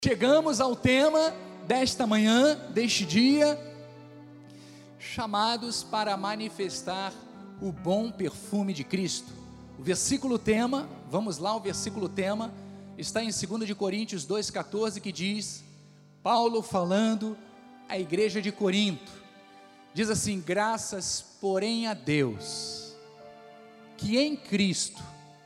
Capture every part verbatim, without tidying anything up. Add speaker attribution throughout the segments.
Speaker 1: Chegamos ao tema desta manhã, deste dia, chamados para manifestar o bom perfume de Cristo. O versículo tema, vamos lá, o versículo tema está em dois de Coríntios dois, quatorze, que diz, Paulo falando à igreja de Corinto, diz assim: graças porém a Deus, que em Cristo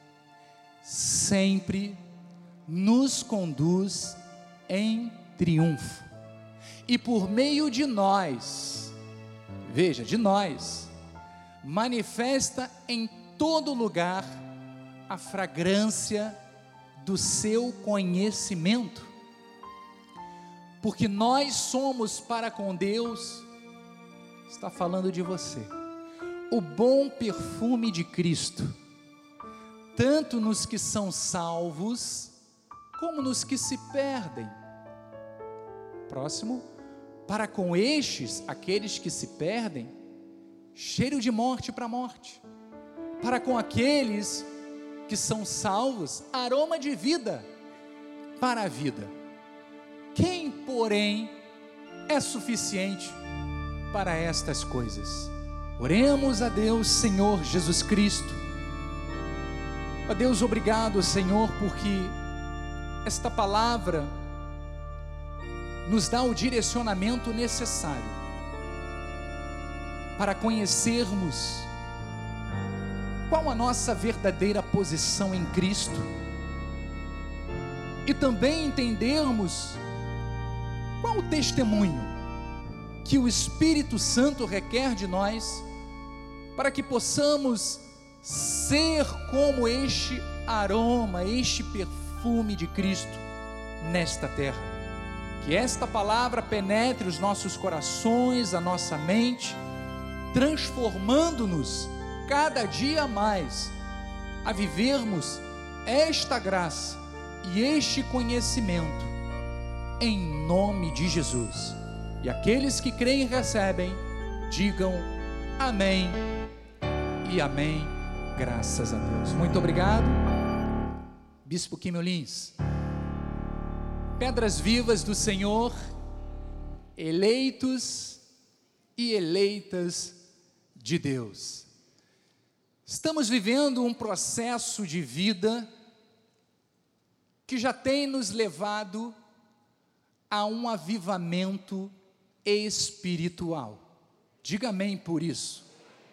Speaker 1: sempre nos conduz em triunfo, e por meio de nós, veja, de nós, manifesta em todo lugar a fragrância do seu conhecimento, porque nós somos para com Deus, está falando de você, o bom perfume de Cristo, tanto nos que são salvos, como nos que se perdem. Próximo, para com estes, aqueles que se perdem, cheiro de morte para morte, para com aqueles que são salvos, aroma de vida para a vida. Quem, porém, é suficiente para estas coisas? Oremos a Deus, Senhor Jesus Cristo. Ó Deus, obrigado, Senhor, porque esta palavra nos dá o direcionamento necessário para conhecermos qual a nossa verdadeira posição em Cristo e também entendermos qual o testemunho que o Espírito Santo requer de nós para que possamos ser como este aroma, este perfume de Cristo nesta terra. Que esta palavra penetre os nossos corações, a nossa mente, transformando-nos cada dia mais a vivermos esta graça e este conhecimento em nome de Jesus. E aqueles que creem e recebem, digam amém e amém, graças a Deus. Muito obrigado, Bispo Químio Lins. Pedras vivas do Senhor, eleitos e eleitas de Deus. Estamos vivendo um processo de vida que já tem nos levado a um avivamento espiritual. Diga amém por isso.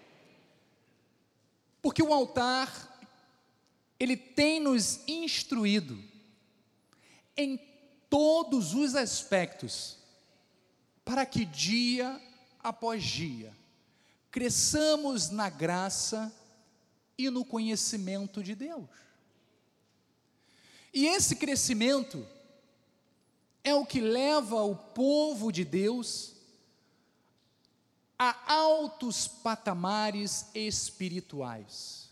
Speaker 1: Porque o altar, ele tem nos instruído em todos os aspectos, para que dia após dia, cresçamos na graça e no conhecimento de Deus. E esse crescimento é o que leva o povo de Deus a altos patamares espirituais.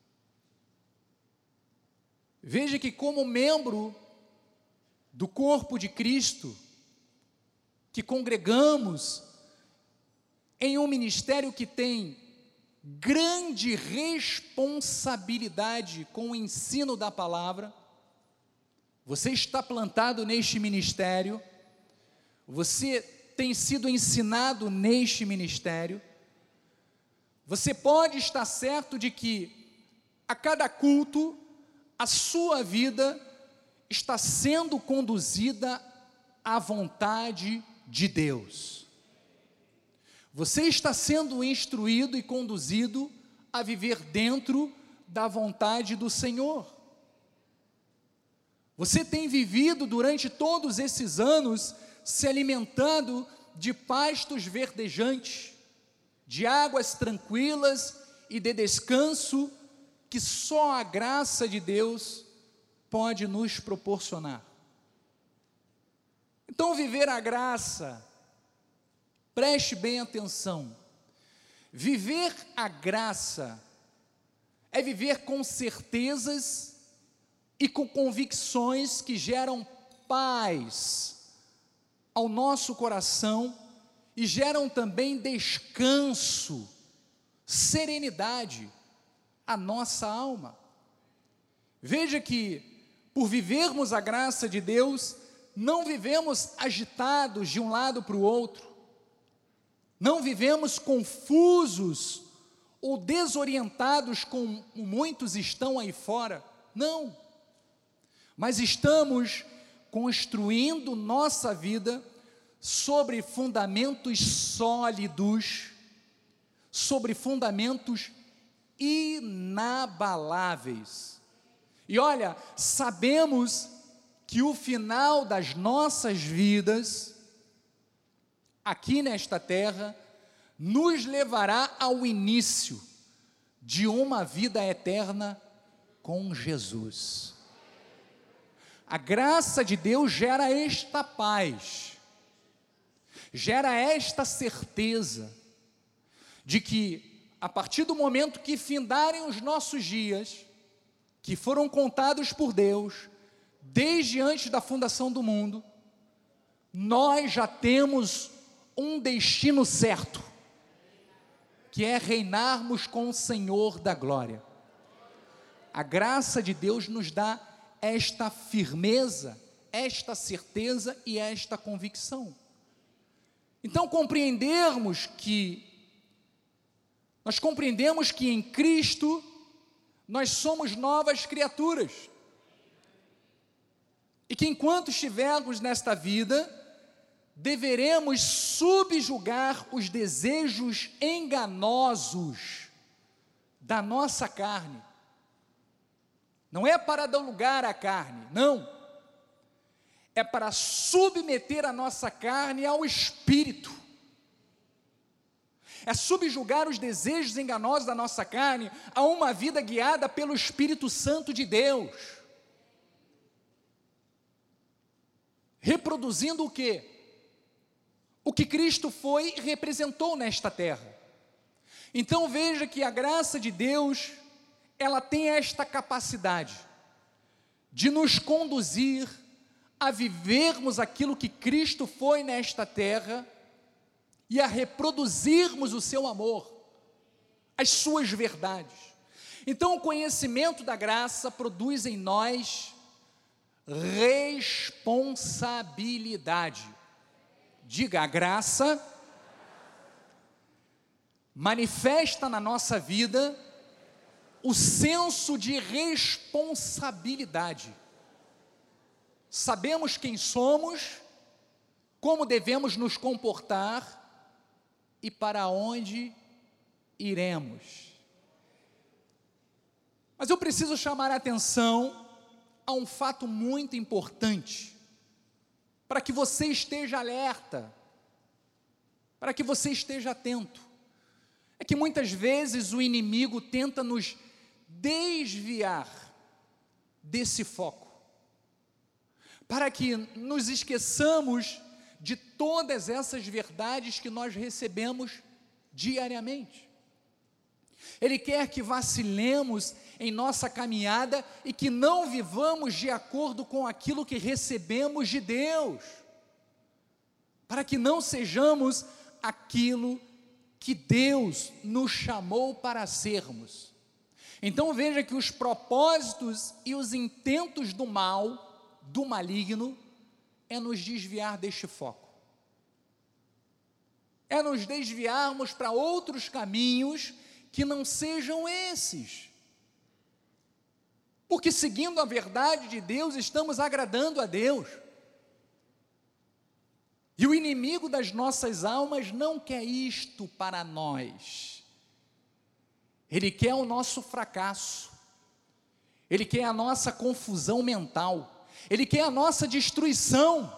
Speaker 1: Veja que, como membro do corpo de Cristo, que congregamos em um ministério que tem grande responsabilidade com o ensino da palavra, você está plantado neste ministério, você tem sido ensinado neste ministério, você pode estar certo de que a cada culto, a sua vida está sendo conduzida à vontade de Deus. Você está sendo instruído e conduzido a viver dentro da vontade do Senhor. Você tem vivido durante todos esses anos se alimentando de pastos verdejantes, de águas tranquilas e de descanso que só a graça de Deus pode nos proporcionar. Então, viver a graça, preste bem atenção, viver a graça é viver com certezas e com convicções que geram paz ao nosso coração e geram também descanso, serenidade à nossa alma. Veja que, por vivermos a graça de Deus, não vivemos agitados de um lado para o outro, não vivemos confusos ou desorientados como muitos estão aí fora, não, mas estamos construindo nossa vida sobre fundamentos sólidos, sobre fundamentos inabaláveis. E olha, sabemos que o final das nossas vidas, aqui nesta terra, nos levará ao início de uma vida eterna com Jesus. A graça de Deus gera esta paz, gera esta certeza de que, a partir do momento que findarem os nossos dias, que foram contados por Deus, desde antes da fundação do mundo, nós já temos um destino certo, que é reinarmos com o Senhor da glória. A graça de Deus nos dá esta firmeza, esta certeza e esta convicção. Então, compreendermos que, nós compreendemos que em Cristo, nós somos novas criaturas, e que enquanto estivermos nesta vida, deveremos subjugar os desejos enganosos da nossa carne. Não é para dar lugar à carne, não. É para submeter a nossa carne ao Espírito. É subjugar os desejos enganosos da nossa carne a uma vida guiada pelo Espírito Santo de Deus. Reproduzindo o quê? O que Cristo foi e representou nesta terra. Então veja que a graça de Deus, ela tem esta capacidade de nos conduzir a vivermos aquilo que Cristo foi nesta terra e a reproduzirmos o seu amor, as suas verdades. Então o conhecimento da graça produz em nós responsabilidade. Diga, a graça manifesta na nossa vida o senso de responsabilidade. Sabemos quem somos, como devemos nos comportar e para onde iremos. Mas eu preciso chamar a atenção a um fato muito importante, para que você esteja alerta, para que você esteja atento. É que muitas vezes o inimigo tenta nos desviar desse foco, para que nos esqueçamos de todas essas verdades que nós recebemos diariamente. Ele quer que vacilemos em nossa caminhada e que não vivamos de acordo com aquilo que recebemos de Deus, para que não sejamos aquilo que Deus nos chamou para sermos. Então veja que os propósitos e os intentos do mal, do maligno, é nos desviar deste foco, é nos desviarmos para outros caminhos que não sejam esses, porque seguindo a verdade de Deus, estamos agradando a Deus, e o inimigo das nossas almas não quer isto para nós. Ele quer o nosso fracasso, ele quer a nossa confusão mental, ele quer a nossa destruição.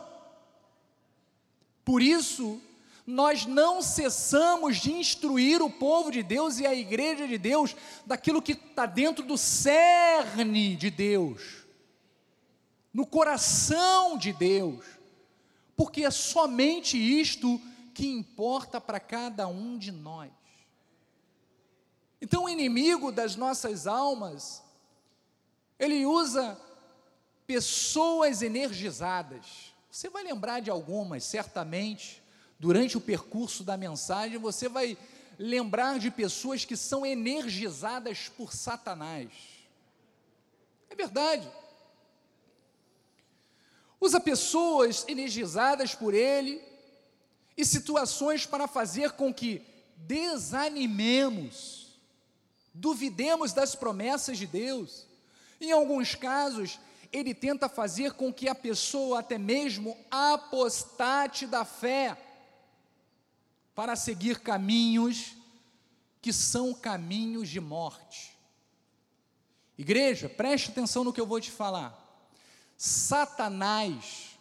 Speaker 1: Por isso, nós não cessamos de instruir o povo de Deus e a igreja de Deus daquilo que está dentro do cerne de Deus, no coração de Deus, porque é somente isto que importa para cada um de nós. Então o inimigo das nossas almas, ele usa pessoas energizadas. Você vai lembrar de algumas, certamente, durante o percurso da mensagem, você vai lembrar de pessoas que são energizadas por Satanás. É verdade. Usa pessoas energizadas por ele e situações para fazer com que desanimemos, duvidemos das promessas de Deus. Em alguns casos, ele tenta fazer com que a pessoa até mesmo apostate da fé, para seguir caminhos que são caminhos de morte. Igreja, preste atenção no que eu vou te falar. Satanás,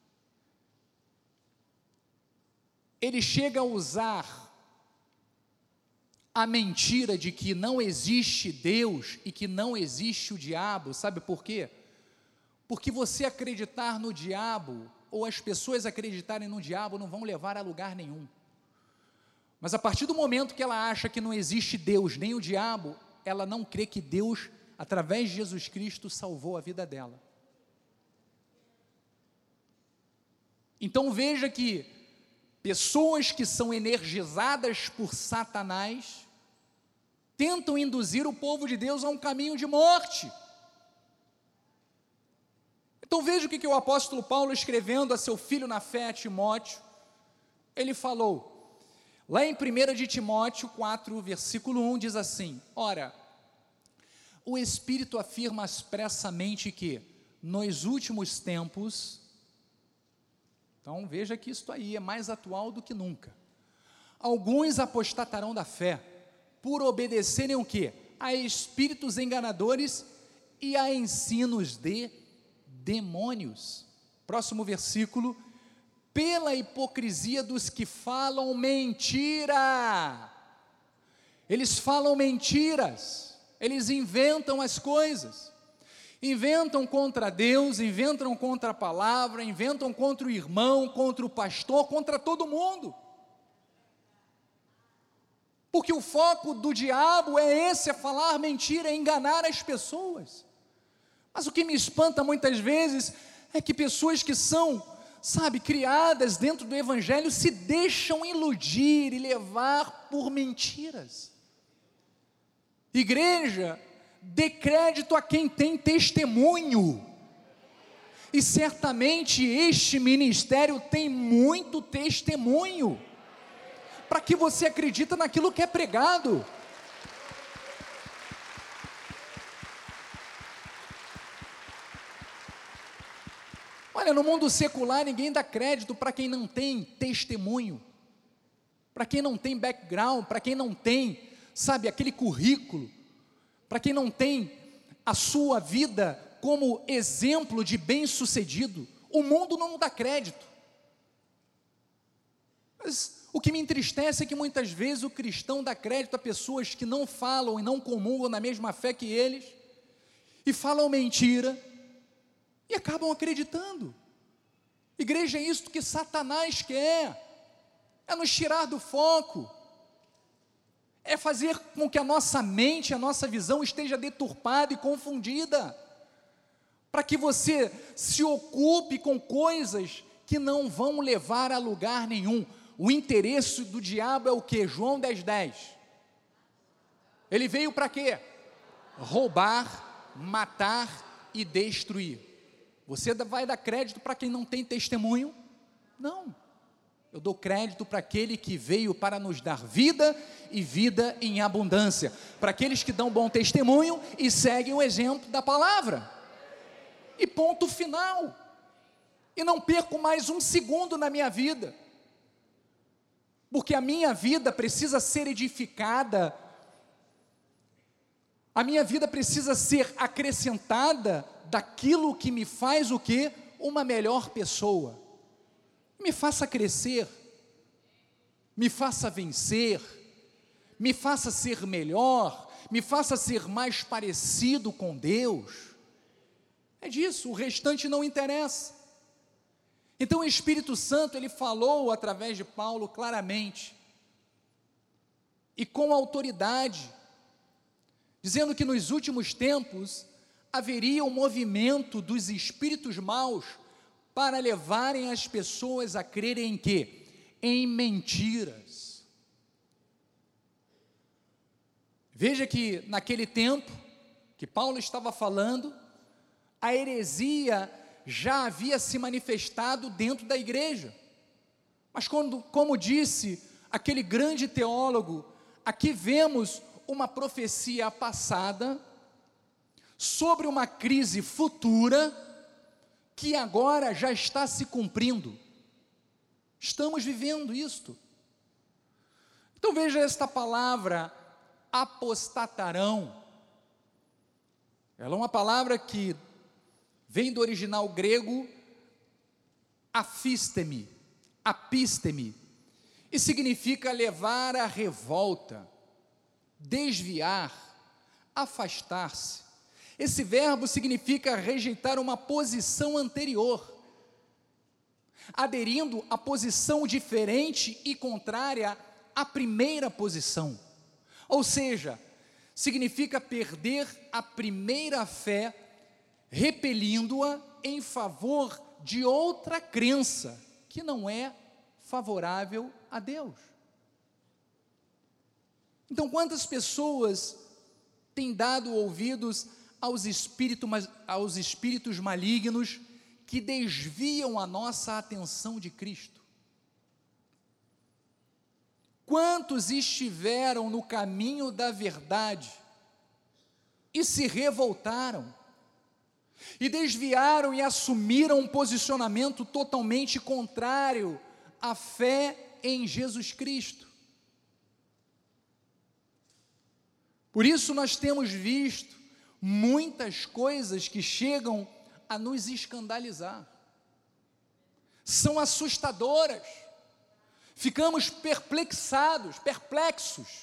Speaker 1: ele chega a usar a mentira de que não existe Deus e que não existe o diabo. Sabe por quê? Porque você acreditar no diabo, ou as pessoas acreditarem no diabo, não vão levar a lugar nenhum. Mas a partir do momento que ela acha que não existe Deus nem o diabo, ela não crê que Deus, através de Jesus Cristo, salvou a vida dela. Então veja que pessoas que são energizadas por Satanás tentam induzir o povo de Deus a um caminho de morte. Então veja o que, que o apóstolo Paulo, escrevendo a seu filho na fé, Timóteo, ele falou, lá em primeira de Timóteo quatro, versículo um, diz assim: ora, o Espírito afirma expressamente que, nos últimos tempos, então veja que isto aí é mais atual do que nunca, alguns apostatarão da fé, por obedecerem o quê? A espíritos enganadores e a ensinos de demônios. Próximo versículo: pela hipocrisia dos que falam mentira. Eles falam mentiras, eles inventam as coisas, inventam contra Deus, inventam contra a palavra, inventam contra o irmão, contra o pastor, contra todo mundo. Porque o foco do diabo é esse, é falar mentira, é enganar as pessoas. Mas o que me espanta muitas vezes é que pessoas que são, sabe, criadas dentro do evangelho, se deixam iludir e levar por mentiras. Igreja, dê crédito a quem tem testemunho, e certamente este ministério tem muito testemunho, para que você acredita naquilo que é pregado. Olha, no mundo secular ninguém dá crédito para quem não tem testemunho, para quem não tem background, para quem não tem, sabe, aquele currículo, para quem não tem a sua vida como exemplo de bem-sucedido. O mundo não dá crédito. Mas o que me entristece é que muitas vezes o cristão dá crédito a pessoas que não falam e não comungam na mesma fé que eles, e falam mentira, e acabam acreditando. Igreja, é isso que Satanás quer, é nos tirar do foco, é fazer com que a nossa mente, a nossa visão esteja deturpada e confundida, para que você se ocupe com coisas que não vão levar a lugar nenhum. O interesse do diabo é o que? João dez, dez. Ele veio para quê? Roubar, matar e destruir. Você vai dar crédito para quem não tem testemunho? Não. Eu dou crédito para aquele que veio para nos dar vida e vida em abundância, para aqueles que dão bom testemunho e seguem o exemplo da palavra. E ponto final. E não perco mais um segundo na minha vida, porque a minha vida precisa ser edificada, a minha vida precisa ser acrescentada daquilo que me faz o quê? Uma melhor pessoa, me faça crescer, me faça vencer, me faça ser melhor, me faça ser mais parecido com Deus. É disso, o restante não interessa. Então o Espírito Santo, ele falou através de Paulo claramente, e com autoridade, dizendo que nos últimos tempos haveria um movimento dos espíritos maus para levarem as pessoas a crerem em quê? Em mentiras. Veja que naquele tempo que Paulo estava falando, a heresia já havia se manifestado dentro da igreja. Mas quando, como disse aquele grande teólogo, aqui vemos uma profecia passada sobre uma crise futura que agora já está se cumprindo. Estamos vivendo isto. Então veja esta palavra, apostatarão. Ela é uma palavra que vem do original grego afistemi, apistemi, e significa levar à revolta, desviar, afastar-se. Esse verbo significa rejeitar uma posição anterior, aderindo a posição diferente e contrária à primeira posição. Ou seja, significa perder a primeira fé, repelindo-a em favor de outra crença, que não é favorável a Deus. Então, quantas pessoas têm dado ouvidos aos espíritos, aos espíritos malignos que desviam a nossa atenção de Cristo? Quantos estiveram no caminho da verdade e se revoltaram, e desviaram e assumiram um posicionamento totalmente contrário à fé em Jesus Cristo? Por isso nós temos visto muitas coisas que chegam a nos escandalizar, são assustadoras, ficamos perplexados, perplexos,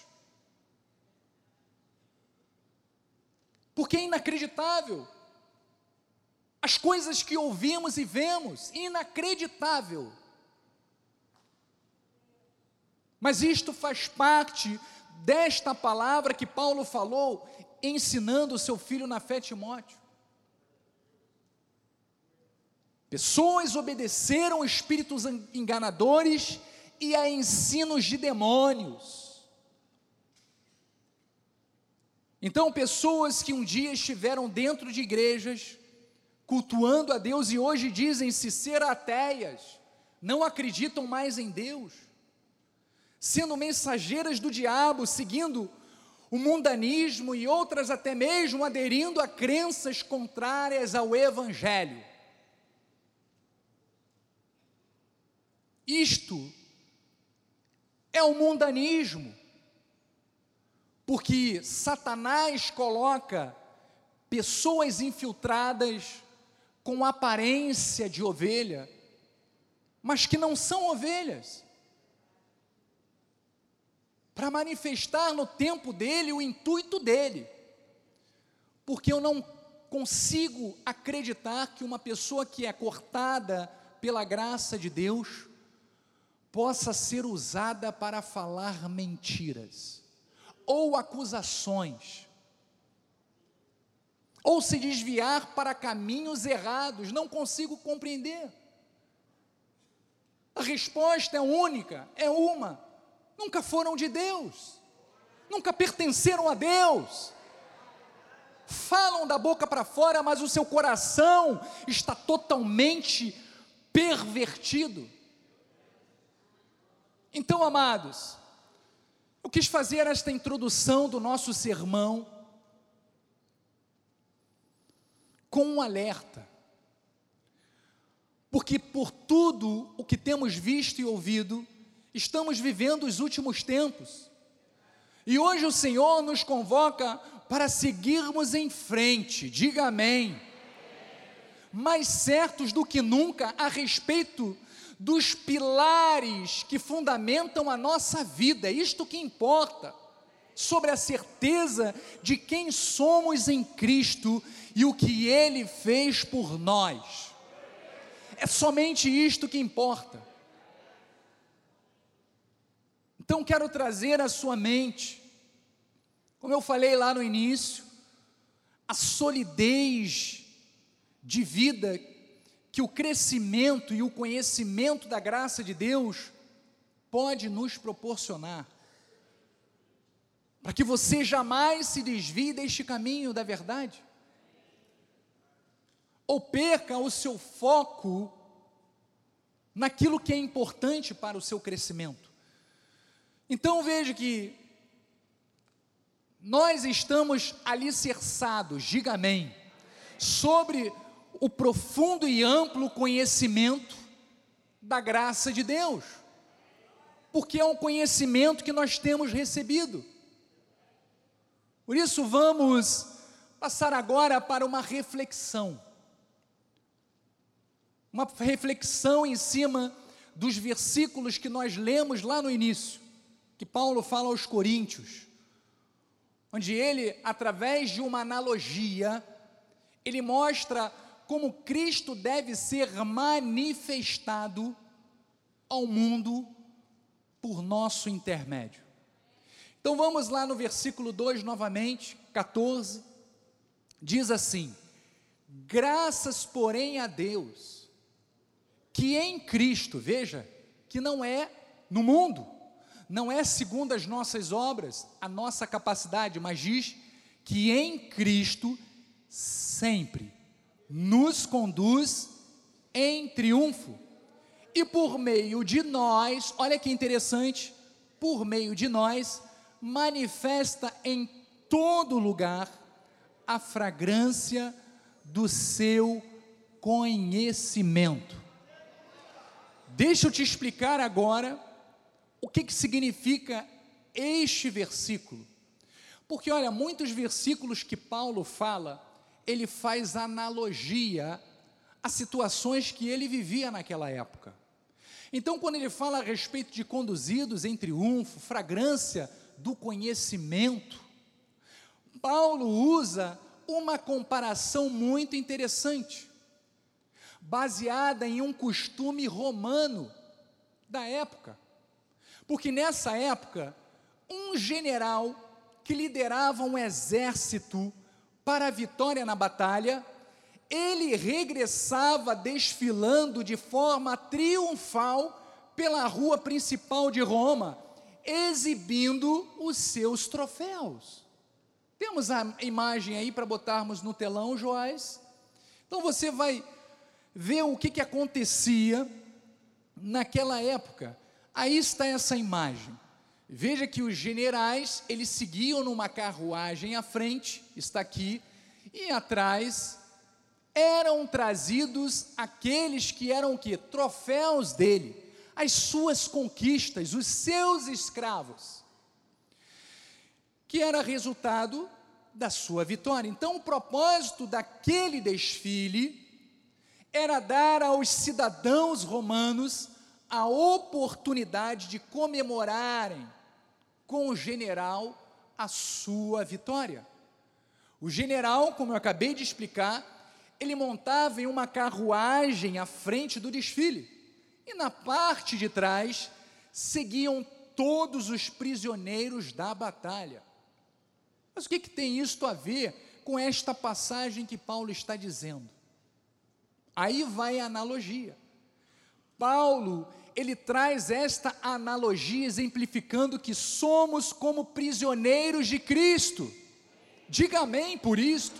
Speaker 1: porque é inacreditável, as coisas que ouvimos e vemos, inacreditável, mas isto faz parte desta palavra que Paulo falou, ensinando o seu filho na fé, Timóteo. Pessoas obedeceram espíritos enganadores e a ensinos de demônios. Então, pessoas que um dia estiveram dentro de igrejas, cultuando a Deus, e hoje dizem-se ser ateias, não acreditam mais em Deus, sendo mensageiras do diabo, seguindo o mundanismo e outras até mesmo aderindo a crenças contrárias ao Evangelho. Isto é o mundanismo, porque Satanás coloca pessoas infiltradas com aparência de ovelha, mas que não são ovelhas, para manifestar no tempo dele o intuito dele, porque eu não consigo acreditar que uma pessoa que é cortada pela graça de Deus, possa ser usada para falar mentiras, ou acusações, ou se desviar para caminhos errados. Não consigo compreender. A resposta é única, é uma: nunca foram de Deus, nunca pertenceram a Deus, falam da boca para fora, mas o seu coração está totalmente pervertido. Então, amados, eu quis fazer esta introdução do nosso sermão com um alerta, porque por tudo o que temos visto e ouvido, estamos vivendo os últimos tempos, e hoje o Senhor nos convoca para seguirmos em frente, diga amém, mais certos do que nunca a respeito dos pilares que fundamentam a nossa vida, é isto que importa, sobre a certeza de quem somos em Cristo e o que Ele fez por nós. É somente isto que importa. Então quero trazer à sua mente, como eu falei lá no início, a solidez de vida que o crescimento e o conhecimento da graça de Deus pode nos proporcionar, para que você jamais se desvie deste caminho da verdade. ou perca o seu foco naquilo que é importante para o seu crescimento. Então veja que nós estamos alicerçados, diga amém, sobre o profundo e amplo conhecimento da graça de Deus, porque é um conhecimento que nós temos recebido. Por isso vamos passar agora para uma reflexão, uma reflexão em cima dos versículos que nós lemos lá no início, que Paulo fala aos Coríntios, onde ele, através de uma analogia, ele mostra como Cristo deve ser manifestado ao mundo por nosso intermédio. Então vamos lá no versículo dois novamente, quatorze, diz assim: graças porém a Deus, que em Cristo, veja, que não é no mundo, não é segundo as nossas obras, a nossa capacidade, mas diz que em Cristo sempre nos conduz em triunfo, e por meio de nós, olha que interessante, por meio de nós, manifesta em todo lugar a fragrância do seu conhecimento. Deixa eu te explicar agora o que que significa este versículo, porque olha, muitos versículos que Paulo fala, ele faz analogia a situações que ele vivia naquela época. Então, quando ele fala a respeito de conduzidos em triunfo, fragrância do conhecimento, Paulo usa uma comparação muito interessante, baseada em um costume romano da época, porque nessa época, um general que liderava um exército para a vitória na batalha, ele regressava desfilando de forma triunfal pela rua principal de Roma, exibindo os seus troféus. Temos a imagem aí para botarmos no telão, Joás? Então você vai ver o que que acontecia naquela época. Aí está essa imagem. Veja que os generais, eles seguiam numa carruagem à frente, está aqui, e atrás eram trazidos aqueles que eram o quê? Troféus dele, as suas conquistas, os seus escravos, que era resultado da sua vitória. Então o propósito daquele desfile era dar aos cidadãos romanos a oportunidade de comemorarem com o general a sua vitória. O general, como eu acabei de explicar, ele montava em uma carruagem à frente do desfile, e na parte de trás seguiam todos os prisioneiros da batalha. Mas o que que tem isto a ver com esta passagem que Paulo está dizendo? Aí vai a analogia. Paulo, ele traz esta analogia exemplificando que somos como prisioneiros de Cristo. Diga amém por isto.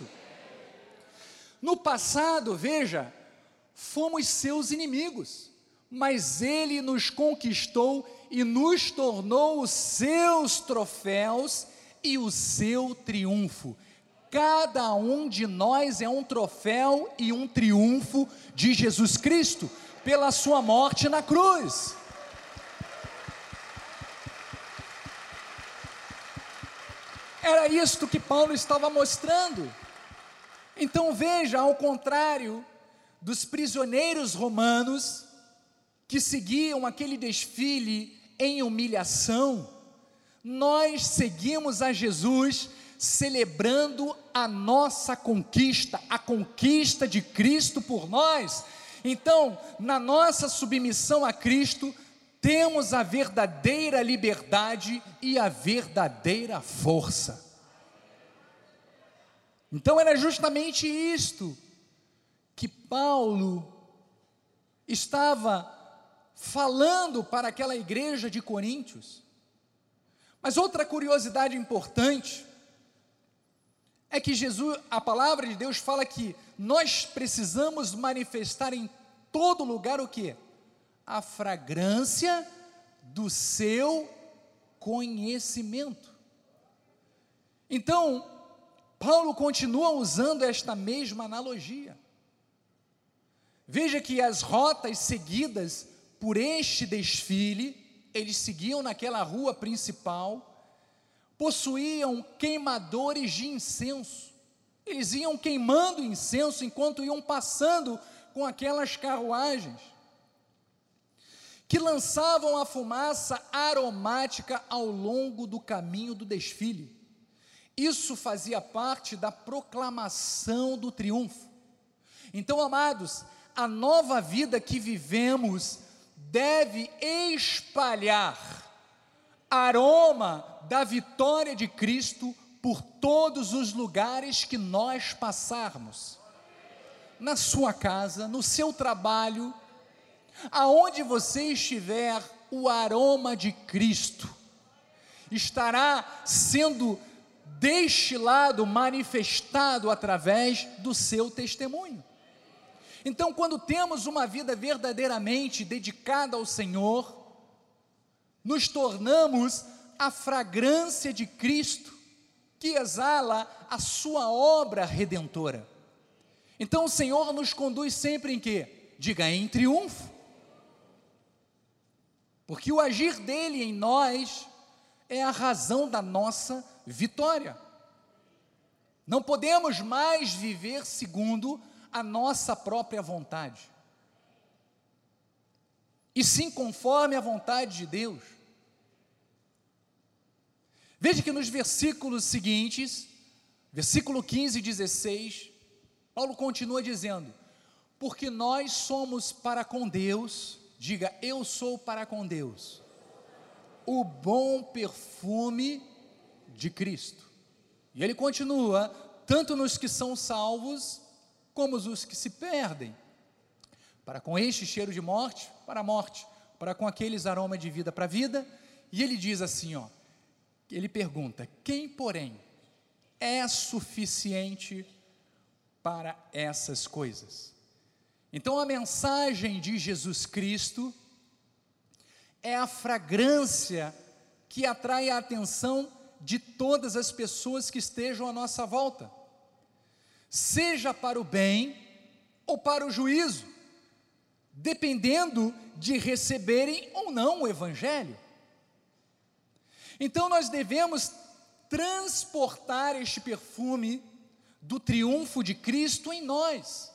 Speaker 1: No passado, veja, fomos seus inimigos, mas ele nos conquistou e nos tornou os seus troféus e o seu triunfo. Cada um de nós é um troféu e um triunfo de Jesus Cristo, pela sua morte na cruz. Era isto que Paulo estava mostrando. Então veja, ao contrário dos prisioneiros romanos, que seguiam aquele desfile em humilhação, nós seguimos a Jesus celebrando a nossa conquista, a conquista de Cristo por nós. Então, na nossa submissão a Cristo, temos a verdadeira liberdade e a verdadeira força. Então era justamente isto que Paulo estava falando para aquela igreja de Coríntios. Mas outra curiosidade importante é que Jesus, a palavra de Deus fala que nós precisamos manifestar em todo lugar o quê? A fragrância do seu conhecimento. Então, Paulo continua usando esta mesma analogia. Veja que as rotas seguidas por este desfile, eles seguiam naquela rua principal, possuíam queimadores de incenso. Eles iam queimando incenso enquanto iam passando com aquelas carruagens, que lançavam a fumaça aromática ao longo do caminho do desfile. Isso fazia parte da proclamação do triunfo. Então, amados, a nova vida que vivemos deve espalhar aroma da vitória de Cristo por todos os lugares que nós passarmos. Na sua casa, no seu trabalho, aonde você estiver, o aroma de Cristo estará sendo destilado, manifestado através do seu testemunho. Então, quando temos uma vida verdadeiramente dedicada ao Senhor, nos tornamos a fragrância de Cristo, que exala a sua obra redentora. Então o Senhor nos conduz sempre em quê? Diga, em triunfo. Porque o agir dele em nós é a razão da nossa vitória. Não podemos mais viver segundo a nossa própria vontade, e sim conforme a vontade de Deus. Veja que nos versículos seguintes, versículo quinze e dezesseis, Paulo continua dizendo: porque nós somos para com Deus, diga, eu sou para com Deus, o bom perfume de Cristo. E ele continua, tanto nos que são salvos, como os que se perdem. Para com este cheiro de morte, para a morte, para com aqueles aroma de vida para a vida. E ele diz assim, ó, ele pergunta: quem, porém, é suficiente para essas coisas? Então a mensagem de Jesus Cristo é a fragrância que atrai a atenção de todas as pessoas que estejam à nossa volta, seja para o bem ou para o juízo, dependendo de receberem ou não o Evangelho. Então nós devemos transportar este perfume do triunfo de Cristo em nós.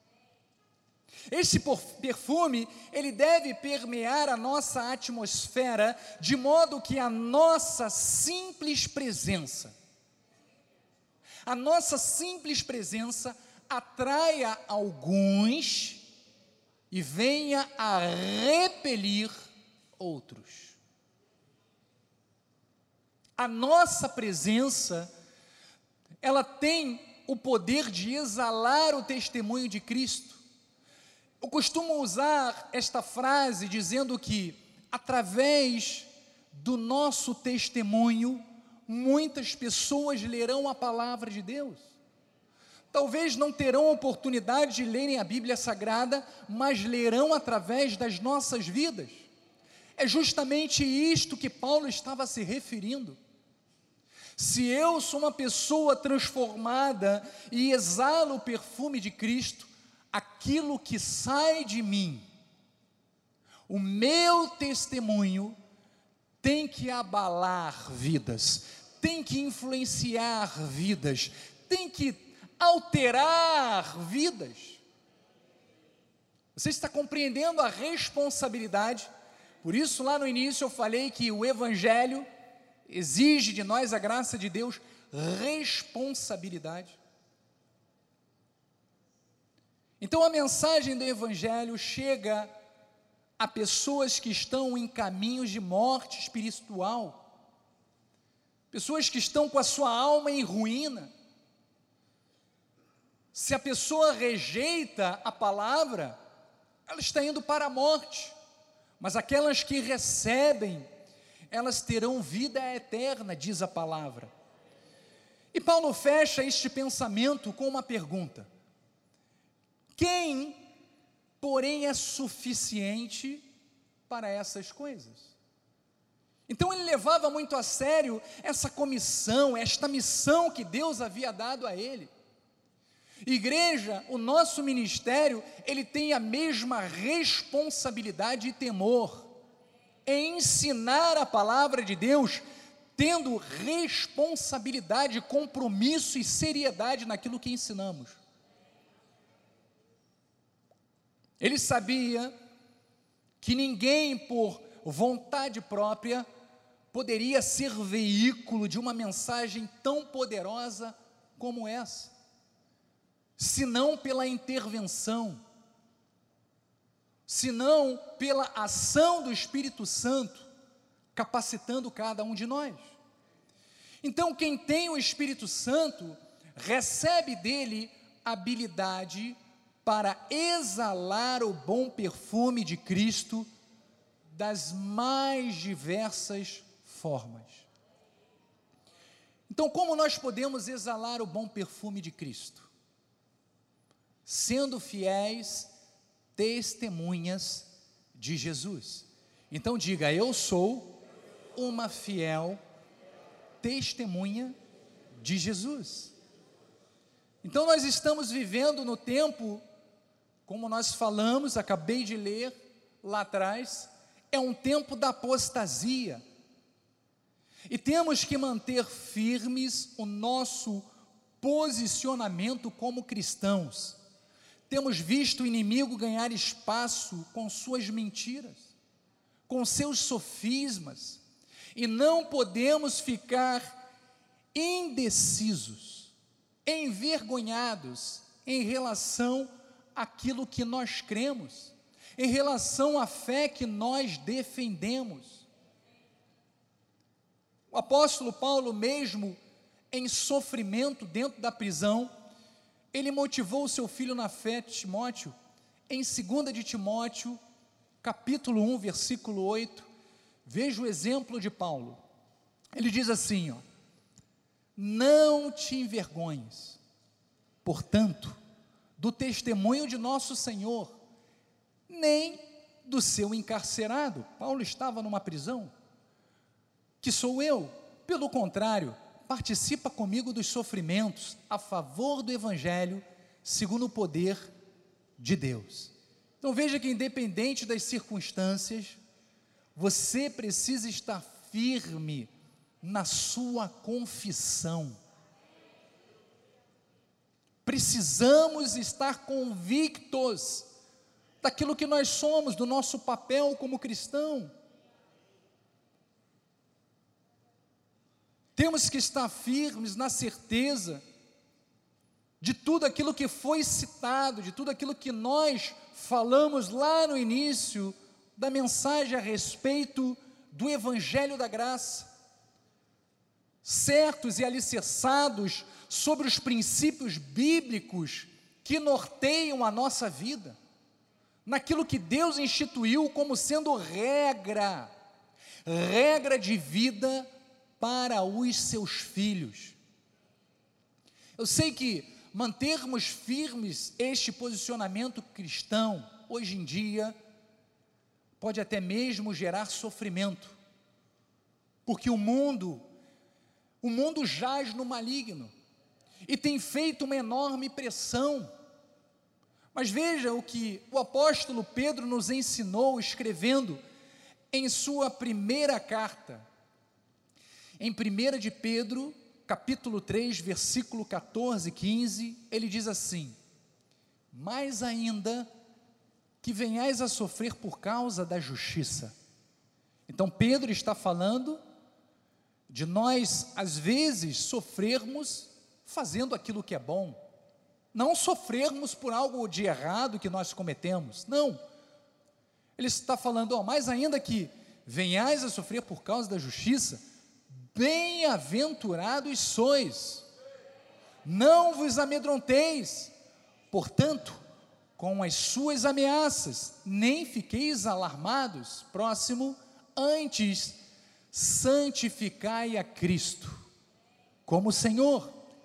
Speaker 1: Este perfume, ele deve permear a nossa atmosfera, de modo que a nossa simples presença, a nossa simples presença atraia alguns e venha a repelir outros. A nossa presença, ela tem o poder de exalar o testemunho de Cristo. Eu costumo usar esta frase dizendo que, através do nosso testemunho, muitas pessoas lerão a palavra de Deus. Talvez não terão oportunidade de lerem a Bíblia Sagrada, mas lerão através das nossas vidas. É justamente isto que Paulo estava se referindo. Se eu sou uma pessoa transformada e exalo o perfume de Cristo, aquilo que sai de mim, o meu testemunho, tem que abalar vidas, tem que influenciar vidas, tem que alterar vidas. Você está compreendendo a responsabilidade? Por isso, lá no início eu falei que o Evangelho exige de nós, a graça de Deus, responsabilidade. Então a mensagem do Evangelho chega a pessoas que estão em caminhos de morte espiritual, pessoas que estão com a sua alma em ruína. Se a pessoa rejeita a palavra, ela está indo para a morte, mas aquelas que recebem, elas terão vida eterna, diz a palavra. E Paulo fecha este pensamento com uma pergunta: quem, porém, é suficiente para essas coisas? Então ele levava muito a sério essa comissão, esta missão que Deus havia dado a ele. Igreja, o nosso ministério, ele tem a mesma responsabilidade e temor em ensinar a palavra de Deus, tendo responsabilidade, compromisso e seriedade naquilo que ensinamos. Ele sabia que ninguém, por vontade própria, poderia ser veículo de uma mensagem tão poderosa como essa, senão pela intervenção, senão pela ação do Espírito Santo, capacitando cada um de nós. Então, quem tem o Espírito Santo, recebe dele habilidade para exalar o bom perfume de Cristo das mais diversas formas. Então, como nós podemos exalar o bom perfume de Cristo? Sendo fiéis testemunhas de Jesus. Então diga: eu sou uma fiel testemunha de Jesus. Então nós estamos vivendo no tempo, como nós falamos, acabei de ler lá atrás, é um tempo da apostasia, e temos que manter firmes o nosso posicionamento como cristãos. Temos visto o inimigo ganhar espaço com suas mentiras, com seus sofismas, e não podemos ficar indecisos, envergonhados em relação àquilo que nós cremos, em relação à fé que nós defendemos. O apóstolo Paulo, mesmo em sofrimento dentro da prisão, ele motivou o seu filho na fé, Timóteo, em segunda de Timóteo, capítulo um, versículo oito, veja o exemplo de Paulo. Ele diz assim, ó: não te envergonhes, portanto, do testemunho de nosso Senhor, nem do seu encarcerado. Paulo estava numa prisão, que sou eu. Pelo contrário, participa comigo dos sofrimentos a favor do Evangelho, segundo o poder de Deus. Então veja que, independente das circunstâncias, você precisa estar firme na sua confissão. Precisamos estar convictos daquilo que nós somos, do nosso papel como cristão. Temos que estar firmes na certeza de tudo aquilo que foi citado, de tudo aquilo que nós falamos lá no início da mensagem a respeito do Evangelho da Graça, certos e alicerçados sobre os princípios bíblicos que norteiam a nossa vida, naquilo que Deus instituiu como sendo regra, regra de vida para os seus filhos. Eu sei que mantermos firmes este posicionamento cristão, hoje em dia, pode até mesmo gerar sofrimento, porque o mundo, o mundo jaz no maligno, e tem feito uma enorme pressão. Mas veja o que o apóstolo Pedro nos ensinou, escrevendo em sua primeira carta, em primeira de Pedro, capítulo três, versículo catorze e quinze, ele diz assim: mais ainda que venhais a sofrer por causa da justiça. Então Pedro está falando de nós, às vezes, sofrermos fazendo aquilo que é bom, não sofrermos por algo de errado que nós cometemos, não. Ele está falando, ó, mais ainda que venhais a sofrer por causa da justiça, bem-aventurados sois, não vos amedronteis, portanto, com as suas ameaças, nem fiqueis alarmados. Próximo, antes, santificai a Cristo, como Senhor,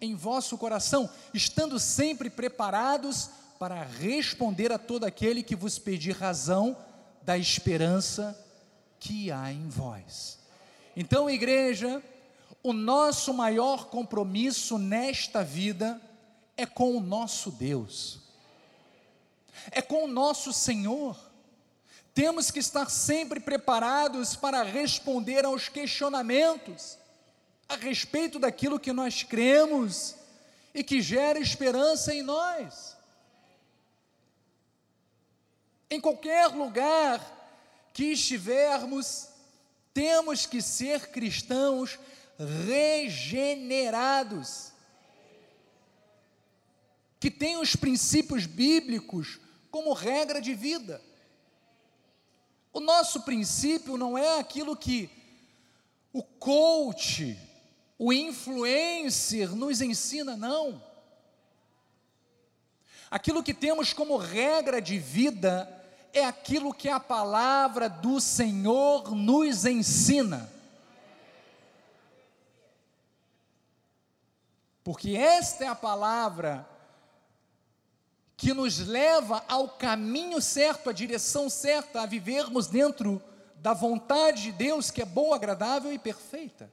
Speaker 1: em vosso coração, estando sempre preparados para responder a todo aquele que vos pedir razão da esperança que há em vós. Então, igreja, o nosso maior compromisso nesta vida é com o nosso Deus, é com o nosso Senhor. Temos que estar sempre preparados para responder aos questionamentos a respeito daquilo que nós cremos e que gera esperança em nós. Em qualquer lugar que estivermos, temos que ser cristãos regenerados, que têm os princípios bíblicos como regra de vida. O nosso princípio não é aquilo que o coach, o influencer nos ensina, não. Aquilo que temos como regra de vida é aquilo que a palavra do Senhor nos ensina. Porque esta é a palavra que nos leva ao caminho certo, à direção certa, a vivermos dentro da vontade de Deus, que é boa, agradável e perfeita.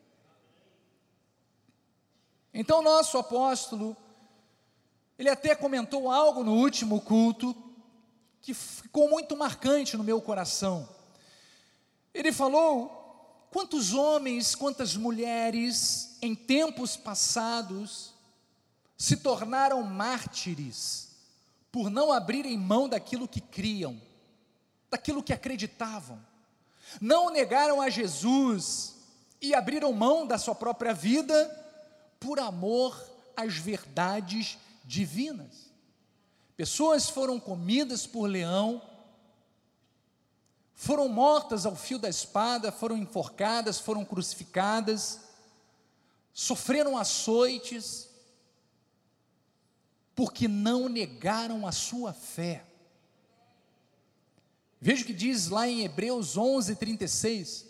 Speaker 1: Então, nosso apóstolo, ele até comentou algo no último culto, que ficou muito marcante no meu coração. Ele falou: quantos homens, quantas mulheres, em tempos passados, se tornaram mártires, por não abrirem mão daquilo que criam, daquilo que acreditavam, não negaram a Jesus e abriram mão da sua própria vida por amor às verdades divinas. Pessoas foram comidas por leão, foram mortas ao fio da espada, foram enforcadas, foram crucificadas, sofreram açoites, porque não negaram a sua fé. Veja o que diz lá em Hebreus onze, trinta e seis,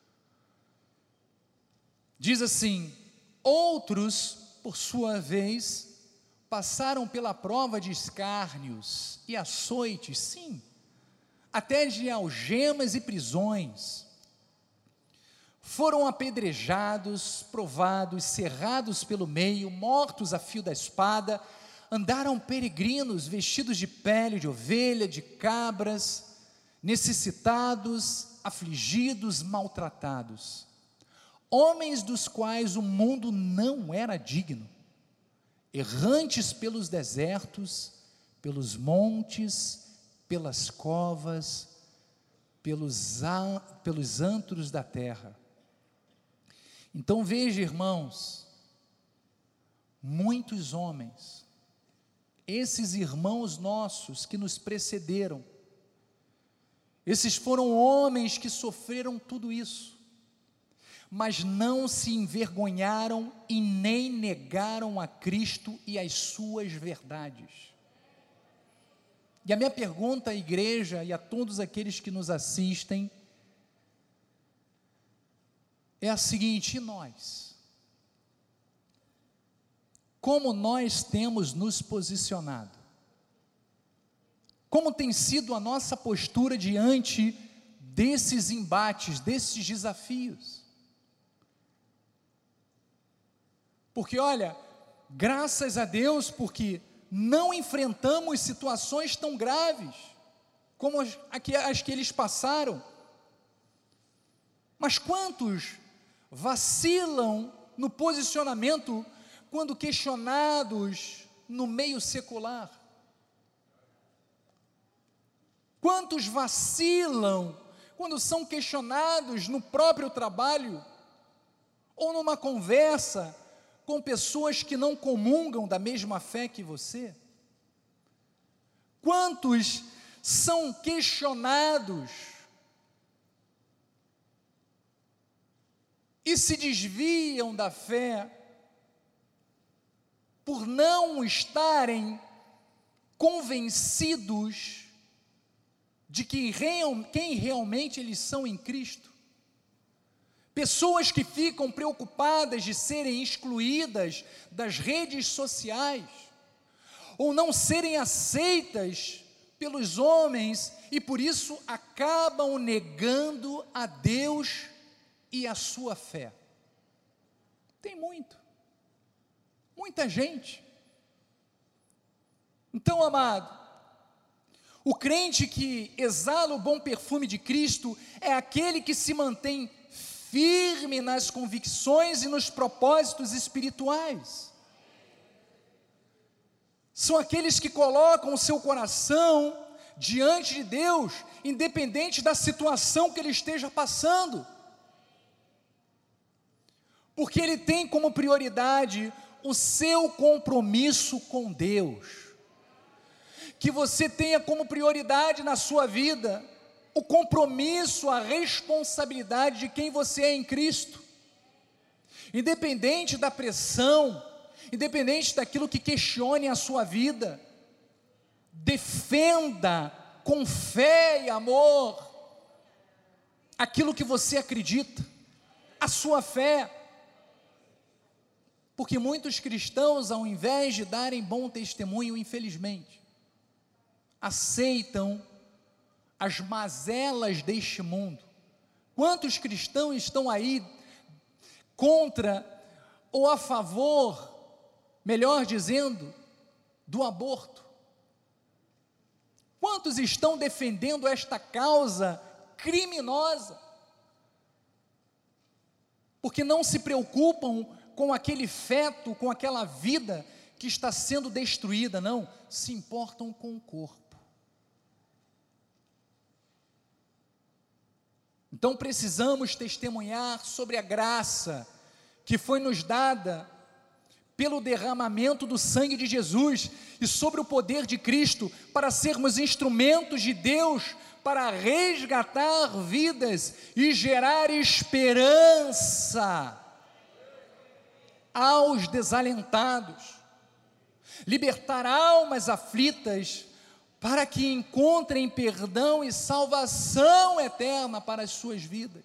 Speaker 1: diz assim: outros, por sua vez, passaram pela prova de escárnios e açoites, sim, até de algemas e prisões, foram apedrejados, provados, cerrados pelo meio, mortos a fio da espada, andaram peregrinos, vestidos de pele de ovelha, de cabras, necessitados, afligidos, maltratados, homens dos quais o mundo não era digno, errantes pelos desertos, pelos montes, pelas covas, pelos, a, pelos antros da terra. Então veja, irmãos, muitos homens, esses irmãos nossos que nos precederam, esses foram homens que sofreram tudo isso, mas não se envergonharam e nem negaram a Cristo e as suas verdades. E a minha pergunta à igreja e a todos aqueles que nos assistem é a seguinte: e nós? Como nós temos nos posicionado? Como tem sido a nossa postura diante desses embates, desses desafios? Porque olha, graças a Deus, porque não enfrentamos situações tão graves como as, as que eles passaram. Mas quantos vacilam no posicionamento quando questionados no meio secular? Quantos vacilam quando são questionados no próprio trabalho ou numa conversa com pessoas que não comungam da mesma fé que você? Quantos são questionados e se desviam da fé por não estarem convencidos de que real, quem realmente eles são em Cristo? pessoas que ficam preocupadas de serem excluídas das redes sociais, ou não serem aceitas pelos homens, e por isso acabam negando a Deus e a sua fé. Tem muito, muita gente. Então, amado, o crente que exala o bom perfume de Cristo é aquele que se mantém firme nas convicções e nos propósitos espirituais. São aqueles que colocam o seu coração diante de Deus, independente da situação que ele esteja passando, porque ele tem como prioridade o seu compromisso com Deus. Que você tenha como prioridade na sua vida o compromisso, a responsabilidade de quem você é em Cristo, independente da pressão, independente daquilo que questione a sua vida. Defenda com fé e amor aquilo que você acredita, a sua fé, porque muitos cristãos, ao invés de darem bom testemunho, infelizmente, aceitam as mazelas deste mundo. Quantos cristãos estão aí contra ou a favor, melhor dizendo, do aborto? Quantos estão defendendo esta causa criminosa? Porque não se preocupam com aquele feto, com aquela vida que está sendo destruída, não, se importam com o corpo. Então precisamos testemunhar sobre a graça que foi nos dada pelo derramamento do sangue de Jesus e sobre o poder de Cristo para sermos instrumentos de Deus para resgatar vidas e gerar esperança aos desalentados, libertar almas aflitas para que encontrem perdão e salvação eterna para as suas vidas.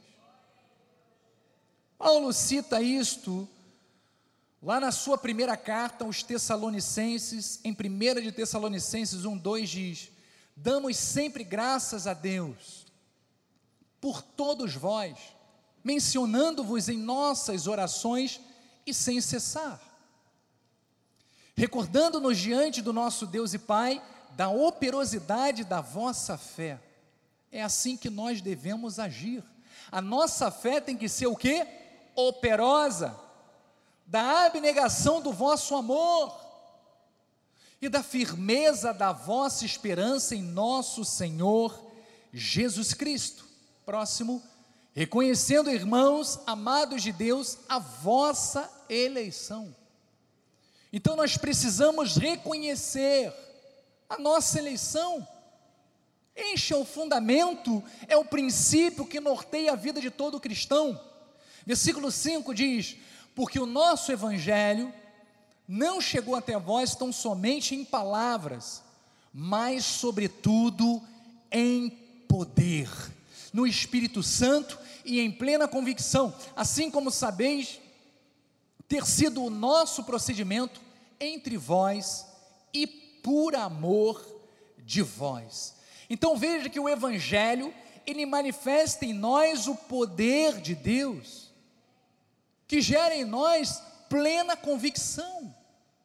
Speaker 1: Paulo cita isto lá na sua primeira carta aos Tessalonicenses, em primeira de Tessalonicenses um, dois, diz: damos sempre graças a Deus por todos vós, mencionando-vos em nossas orações e sem cessar, recordando-nos diante do nosso Deus e Pai da operosidade da vossa fé. É assim que nós devemos agir. A nossa fé tem que ser o quê? Operosa, da abnegação do vosso amor e da firmeza da vossa esperança em nosso Senhor Jesus Cristo. Próximo, reconhecendo, irmãos amados de Deus, a vossa eleição. Então nós precisamos reconhecer a nossa eleição. Este é o fundamento, é o princípio que norteia a vida de todo cristão. Versículo cinco diz: porque o nosso evangelho não chegou até vós tão somente em palavras, mas sobretudo em poder, no Espírito Santo e em plena convicção, assim como sabeis ter sido o nosso procedimento entre vós e por amor de vós. Então veja que o evangelho, ele manifesta em nós o poder de Deus, que gera em nós plena convicção.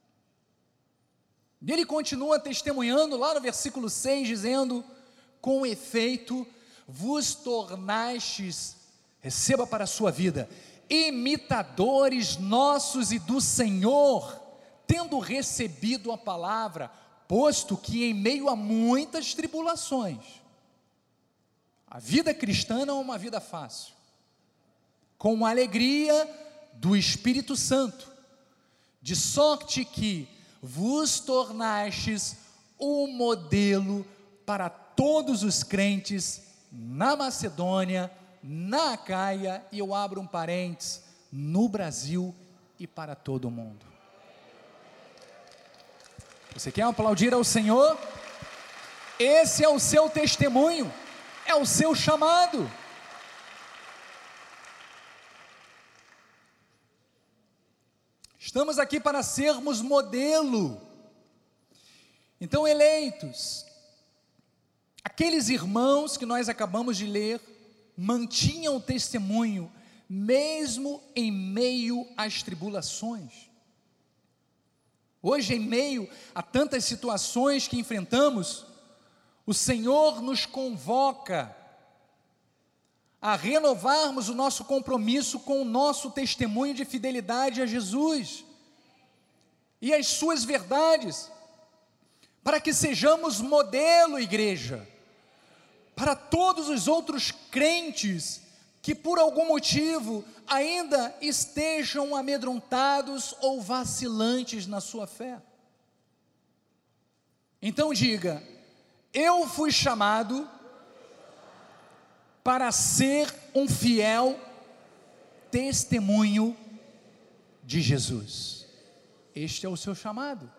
Speaker 1: E ele continua testemunhando lá no versículo seis, dizendo: com efeito vos tornastes, receba para a sua vida, imitadores nossos e do Senhor, tendo recebido a palavra, posto que em meio a muitas tribulações, a vida cristã não é uma vida fácil, com a alegria do Espírito Santo, de sorte que vos tornastes um modelo para todos os crentes na Macedônia, na Acaia, e eu abro um parênteses, no Brasil e para todo o mundo. Você quer aplaudir ao Senhor? Esse é o seu testemunho, é o seu chamado. Estamos aqui para sermos modelo. Então, eleitos, aqueles irmãos que nós acabamos de ler, mantinham o testemunho, mesmo em meio às tribulações. Hoje, em meio a tantas situações que enfrentamos, o Senhor nos convoca a renovarmos o nosso compromisso com o nosso testemunho de fidelidade a Jesus e as suas verdades, para que sejamos modelo, igreja, para todos os outros crentes que por algum motivo ainda estejam amedrontados ou vacilantes na sua fé. Então diga: eu fui chamado para ser um fiel testemunho de Jesus. Este é o seu chamado.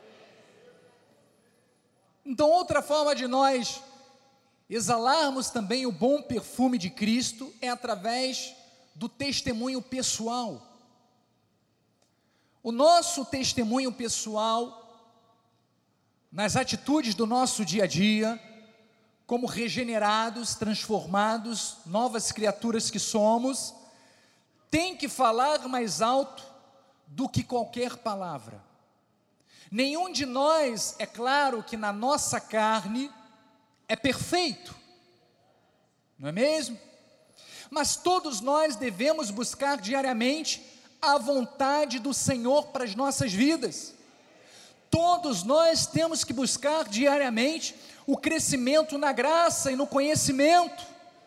Speaker 1: Então, outra forma de nós exalarmos também o bom perfume de Cristo é através do testemunho pessoal. O nosso testemunho pessoal, nas atitudes do nosso dia a dia, como regenerados, transformados, novas criaturas que somos, tem que falar mais alto do que qualquer palavra. Nenhum de nós, é claro que na nossa carne, é perfeito, não é mesmo? Mas todos nós devemos buscar diariamente a vontade do Senhor para as nossas vidas. Todos nós temos que buscar diariamente o crescimento na graça e no conhecimento,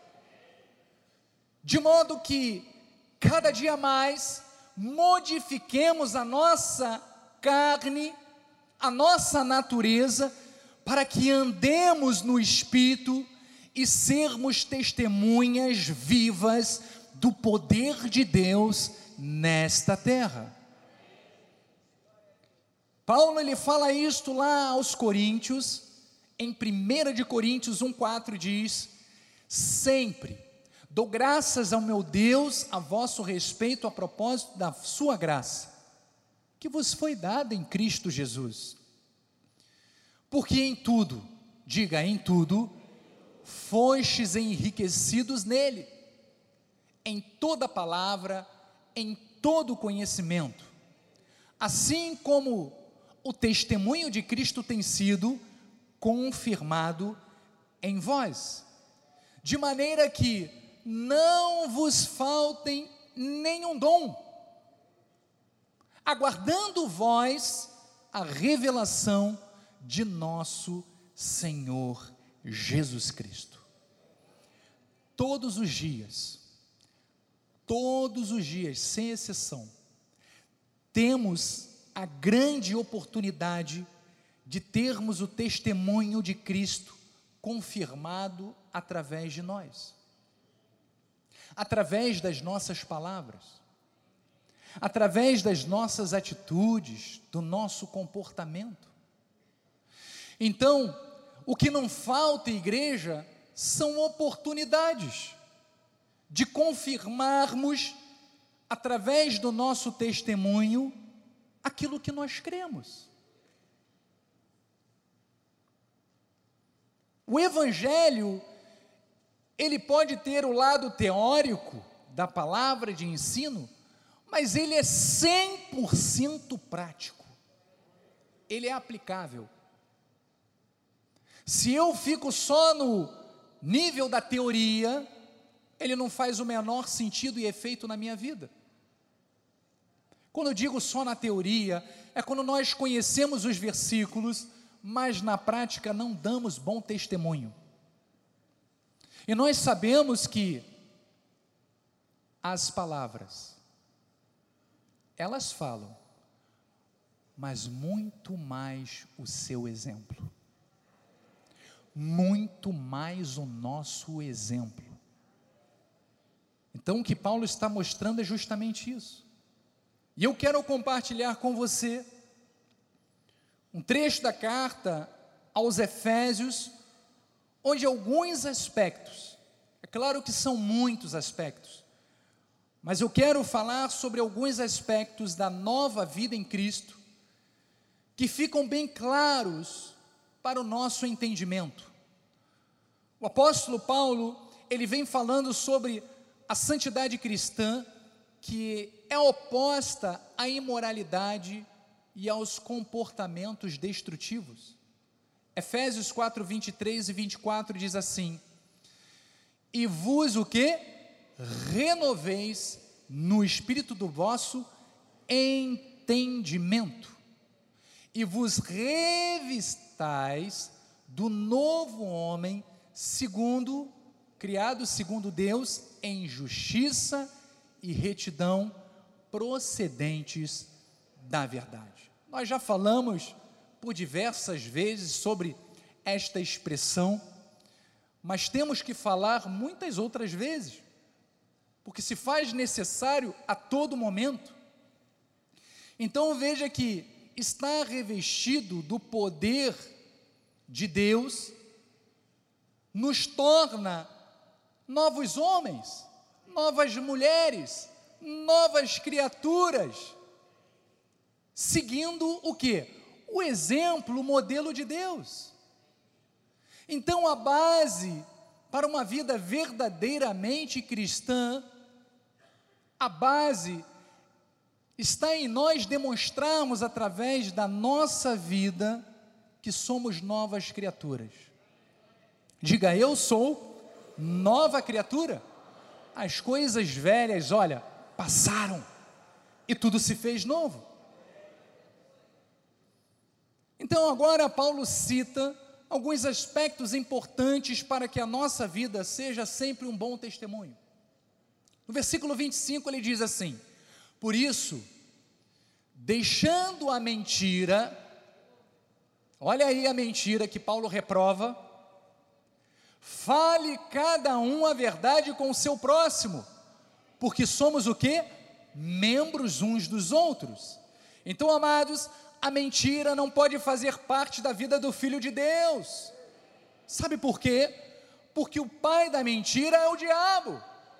Speaker 1: de modo que cada dia mais modifiquemos a nossa carne, a nossa natureza, para que andemos no Espírito e sermos testemunhas vivas do poder de Deus nesta terra. Paulo, ele fala isto lá aos Coríntios, em primeira de Coríntios um, quatro, diz: sempre dou graças ao meu Deus a vosso respeito, a propósito da sua graça, que vos foi dada em Cristo Jesus. Porque em tudo, diga em tudo, fostes enriquecidos nele, em toda palavra, em todo conhecimento, assim como o testemunho de Cristo tem sido confirmado em vós, de maneira que não vos faltem nenhum dom, aguardando vós a revelação de nosso Senhor Jesus Cristo. Todos os dias, todos os dias, sem exceção, temos a grande oportunidade de termos o testemunho de Cristo confirmado através de nós, através das nossas palavras, através das nossas atitudes, do nosso comportamento. Então, o que não falta, igreja, são oportunidades de confirmarmos, através do nosso testemunho, aquilo que nós cremos. O Evangelho, ele pode ter o lado teórico da palavra de ensino, mas ele é cem por cento prático, ele é aplicável. Se eu fico só no nível da teoria, ele não faz o menor sentido e efeito na minha vida. Quando eu digo só na teoria, é quando nós conhecemos os versículos, mas na prática não damos bom testemunho. E nós sabemos que as palavras, elas falam, mas muito mais o seu exemplo, muito mais o nosso exemplo. Então o que Paulo está mostrando é justamente isso. E eu quero compartilhar com você um trecho da carta aos Efésios, onde alguns aspectos, é claro que são muitos aspectos, mas eu quero falar sobre alguns aspectos da nova vida em Cristo, que ficam bem claros para o nosso entendimento. O apóstolo Paulo, ele vem falando sobre a santidade cristã, que é oposta à imoralidade e aos comportamentos destrutivos. Efésios quatro, vinte e três e vinte e quatro diz assim: e vos o que? Renoveis no espírito do vosso entendimento, e vos revistais do novo homem, segundo, criado segundo Deus, em justiça e retidão, procedentes da verdade. Nós já falamos por diversas vezes sobre esta expressão, mas temos que falar muitas outras vezes, porque se faz necessário a todo momento. Então veja que estar revestido do poder de Deus nos torna novos homens, novas mulheres, novas criaturas, seguindo o quê? O exemplo, o modelo de Deus. Então a base para uma vida verdadeiramente cristã, a base está em nós demonstrarmos através da nossa vida que somos novas criaturas. Diga: eu sou nova criatura. As coisas velhas, olha, passaram e tudo se fez novo. Então agora Paulo cita alguns aspectos importantes para que a nossa vida seja sempre um bom testemunho. No versículo vinte e cinco ele diz assim: por isso, deixando a mentira, olha aí a mentira que Paulo reprova, fale cada um a verdade com o seu próximo, porque somos o quê? Membros uns dos outros. Então, amados, a mentira não pode fazer parte da vida do Filho de Deus. Sabe por quê? Porque o pai da mentira é o diabo.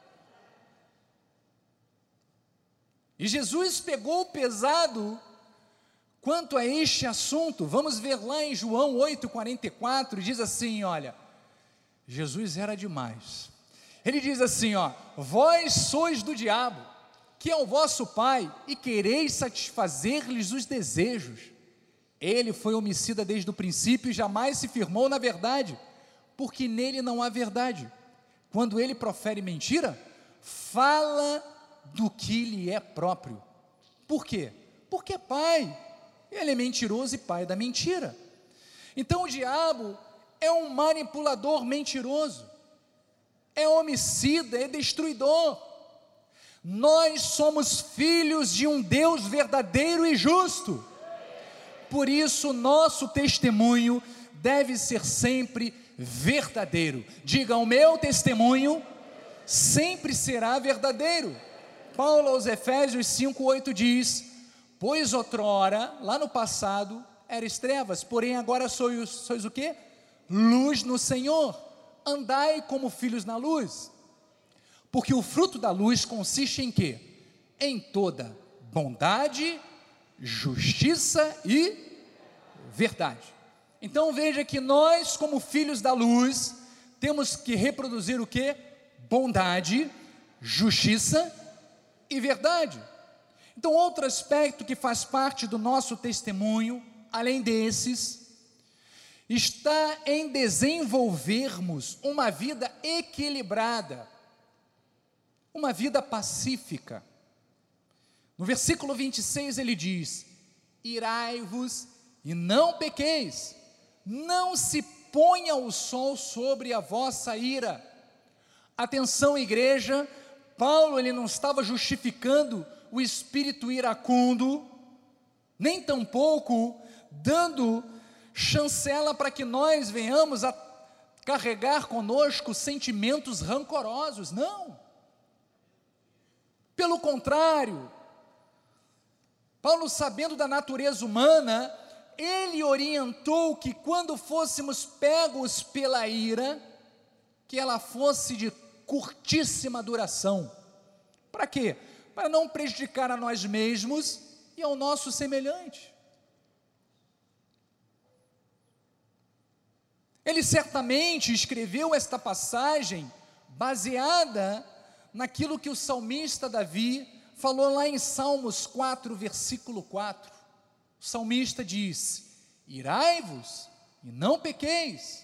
Speaker 1: E Jesus pegou pesado quanto a este assunto. Vamos ver lá em João oito, quarenta e quatro, diz assim, olha, Jesus era demais. Ele diz assim, ó: vós sois do diabo, que é o vosso pai, e quereis satisfazer-lhes os desejos. Ele foi homicida desde o princípio e jamais se firmou na verdade, porque nele não há verdade. Quando ele profere mentira, fala do que lhe é próprio. Por quê? Porque é pai, ele é mentiroso e pai da mentira. Então o diabo é um manipulador mentiroso, é homicida, é destruidor. Nós somos filhos de um Deus verdadeiro e justo, por isso nosso testemunho deve ser sempre verdadeiro. Diga: o meu testemunho sempre será verdadeiro. Paulo aos Efésios cinco, oito diz: pois outrora, lá no passado, eres trevas, porém agora sois, sois o quê? Luz no Senhor, andai como filhos na luz, porque o fruto da luz consiste em quê? Em toda bondade, justiça e verdade. Então veja que nós, como filhos da luz, temos que reproduzir o quê? Bondade, justiça e verdade. Então outro aspecto que faz parte do nosso testemunho, além desses, está em desenvolvermos uma vida equilibrada, uma vida pacífica. No versículo vinte e seis ele diz: irai-vos e não pequeis, não se ponha o sol sobre a vossa ira. Atenção, igreja, Paulo ele não estava justificando o espírito iracundo, nem tampouco dando chancela para que nós venhamos a carregar conosco sentimentos rancorosos. Não, pelo contrário, Paulo, sabendo da natureza humana, ele orientou que quando fôssemos pegos pela ira, que ela fosse de curtíssima duração, Para quê? Para não prejudicar a nós mesmos e ao nosso semelhante. Ele certamente escreveu esta passagem baseada naquilo que o salmista Davi falou lá em Salmos quatro, versículo quatro. O salmista diz: irai-vos e não pequeis.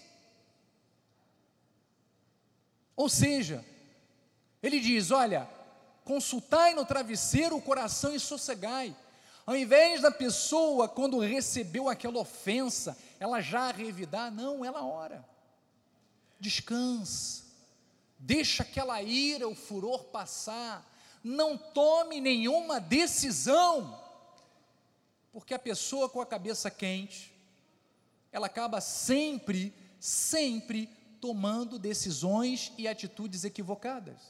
Speaker 1: Ou seja, ele diz: olha, consultai no travesseiro o coração e sossegai. Ao invés da pessoa, quando recebeu aquela ofensa, ela já revidar, não, ela ora, descansa, deixa aquela ira, o furor passar, não tome nenhuma decisão, porque a pessoa com a cabeça quente, ela acaba sempre, sempre tomando decisões e atitudes equivocadas.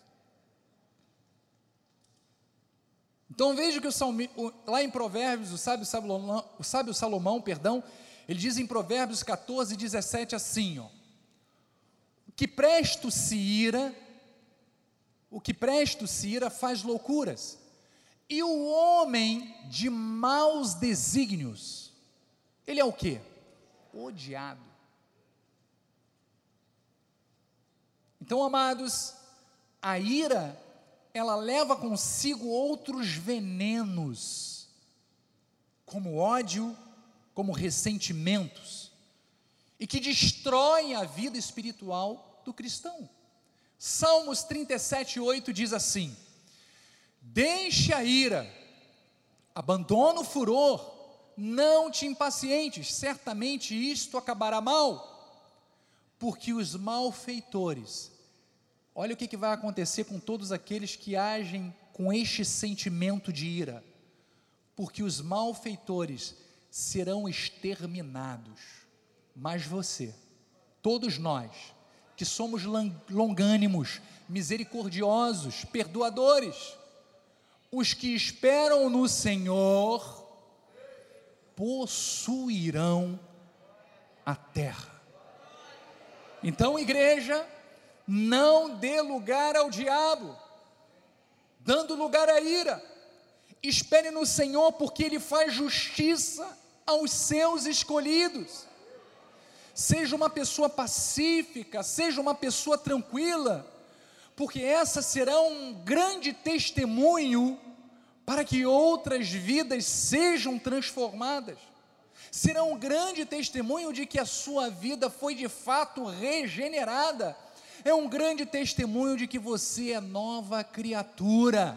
Speaker 1: Então veja que o salmi, o, lá em Provérbios, o sábio Salomão, o sábio Salomão, perdão, ele diz em Provérbios catorze, dezessete assim, ó: o que presto se ira, o que presto se ira faz loucuras, e o homem de maus desígnios, ele é o quê? Odiado. Então, amados, a ira, ela leva consigo outros venenos, como ódio, como ressentimentos, e que destroem a vida espiritual do cristão. Salmos trinta e sete, oito diz assim: deixe a ira, abandona o furor, não te impacientes, certamente isto acabará mal, porque os malfeitores, olha o que, que vai acontecer com todos aqueles que agem com este sentimento de ira, porque os malfeitores serão exterminados, mas você, todos nós, que somos longânimos, misericordiosos, perdoadores, os que esperam no Senhor, possuirão a terra. Então, igreja, não dê lugar ao diabo, dando lugar à ira. Espere no Senhor, porque Ele faz justiça aos seus escolhidos. Seja uma pessoa pacífica, seja uma pessoa tranquila, porque essa será um grande testemunho para que outras vidas sejam transformadas. Será um grande testemunho de que a sua vida foi de fato regenerada. É um grande testemunho de que você é nova criatura.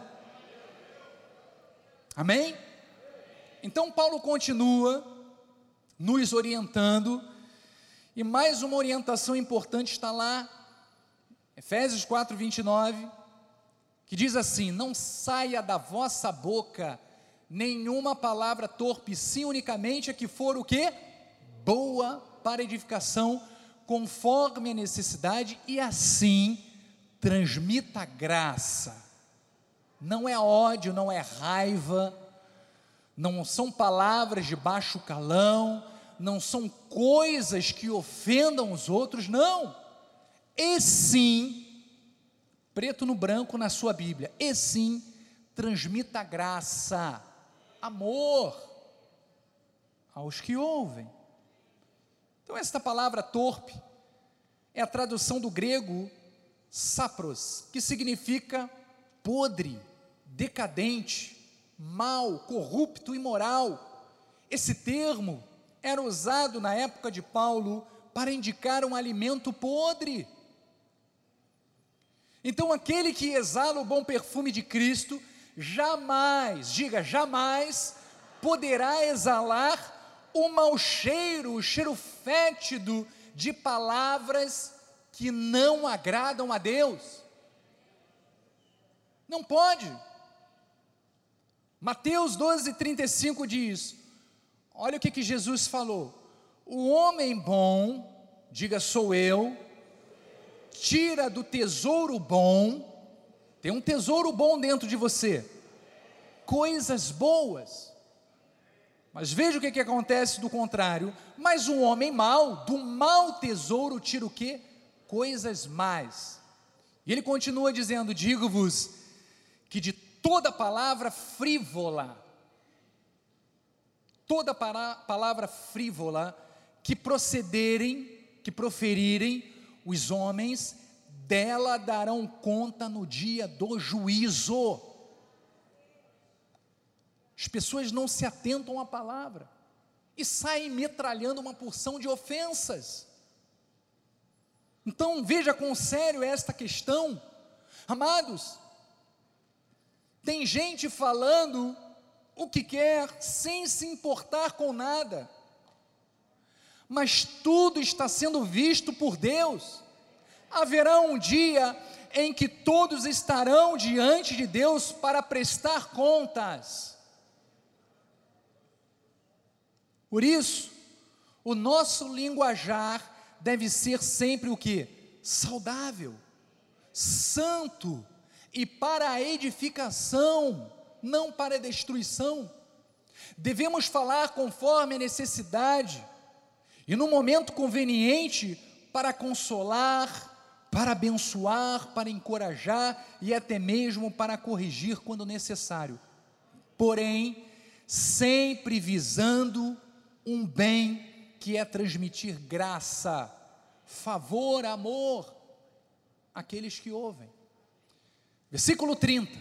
Speaker 1: Amém? Então Paulo continua nos orientando, e mais uma orientação importante está lá, Efésios quatro, vinte e nove, que diz assim: não saia da vossa boca nenhuma palavra torpe, sim unicamente a que for o quê? Boa para edificação, conforme a necessidade, e assim transmita graça. Não é ódio, não é raiva, não são palavras de baixo calão, não são coisas que ofendam os outros, não. E sim, preto no branco na sua Bíblia, e sim, transmita graça, amor aos que ouvem. Então esta palavra torpe é a tradução do grego sapros, que significa podre, decadente, mau, corrupto, imoral. Esse termo era usado na época de Paulo para indicar um alimento podre. Então aquele que exala o bom perfume de Cristo, jamais, diga jamais, poderá exalar o mau cheiro, o cheiro fétido de palavras que não agradam a Deus. Não pode. Mateus doze, trinta e cinco diz, olha o que, que Jesus falou: o homem bom, diga sou eu, tira do tesouro bom, tem um tesouro bom dentro de você, coisas boas. Mas veja o que, que acontece do contrário, mas o homem mau, do mau tesouro tira o quê? Coisas más. E ele continua dizendo, digo-vos, que de toda palavra frívola, toda palavra frívola que procederem, que proferirem os homens, dela darão conta no dia do juízo. As pessoas não se atentam à palavra e saem metralhando uma porção de ofensas. Então veja quão sério é esta questão. Amados, tem gente falando o que quer, sem se importar com nada, mas tudo está sendo visto por Deus. Haverá um dia em que todos estarão diante de Deus para prestar contas. Por isso, o nosso linguajar deve ser sempre o quê? Saudável, santo e para a edificação, não para a destruição. Devemos falar conforme a necessidade e no momento conveniente para consolar, para abençoar, para encorajar e até mesmo para corrigir quando necessário. Porém, sempre visando um bem que é transmitir graça, favor, amor àqueles que ouvem. Versículo trinta.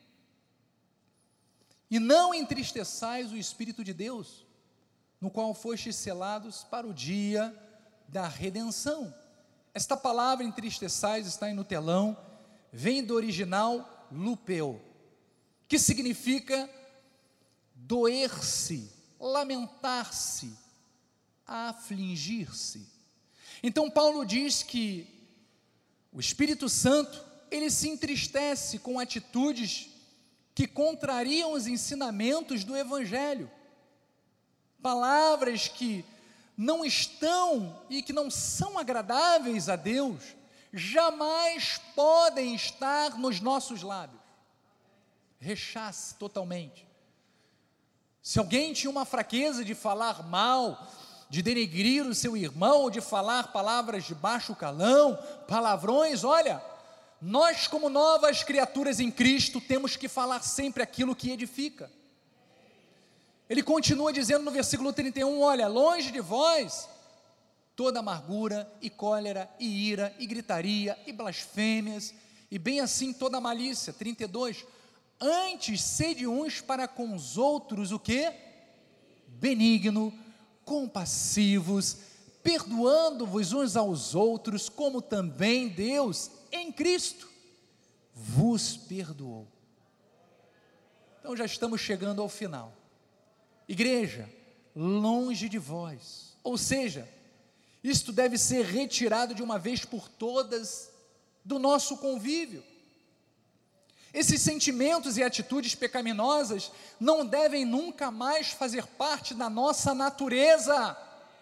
Speaker 1: E não entristeçais o Espírito de Deus, no qual fostes selados para o dia da redenção. Esta palavra entristeçais está aí no telão, vem do original lupeu, que significa doer-se, lamentar-se, afligir-se. Então Paulo diz que o Espírito Santo, ele se entristece com atitudes que contrariam os ensinamentos do Evangelho, palavras que não estão e que não são agradáveis a Deus, jamais podem estar nos nossos lábios. Rechace totalmente. Se alguém tinha uma fraqueza de falar mal, de denegrir o seu irmão, ou de falar palavras de baixo calão, palavrões, olha, nós como novas criaturas em Cristo, temos que falar sempre aquilo que edifica. Ele continua dizendo no versículo trinta e um, olha, longe de vós, toda amargura, e cólera, e ira, e gritaria, e blasfêmias, e bem assim toda malícia. trinta e dois, antes sede uns para com os outros, o quê? Benigno, compassivos, perdoando-vos uns aos outros, como também Deus, em Cristo, vos perdoou. Então já estamos chegando ao final. Igreja, longe de vós, ou seja, isto deve ser retirado de uma vez por todas do nosso convívio. Esses sentimentos e atitudes pecaminosas não devem nunca mais fazer parte da nossa natureza.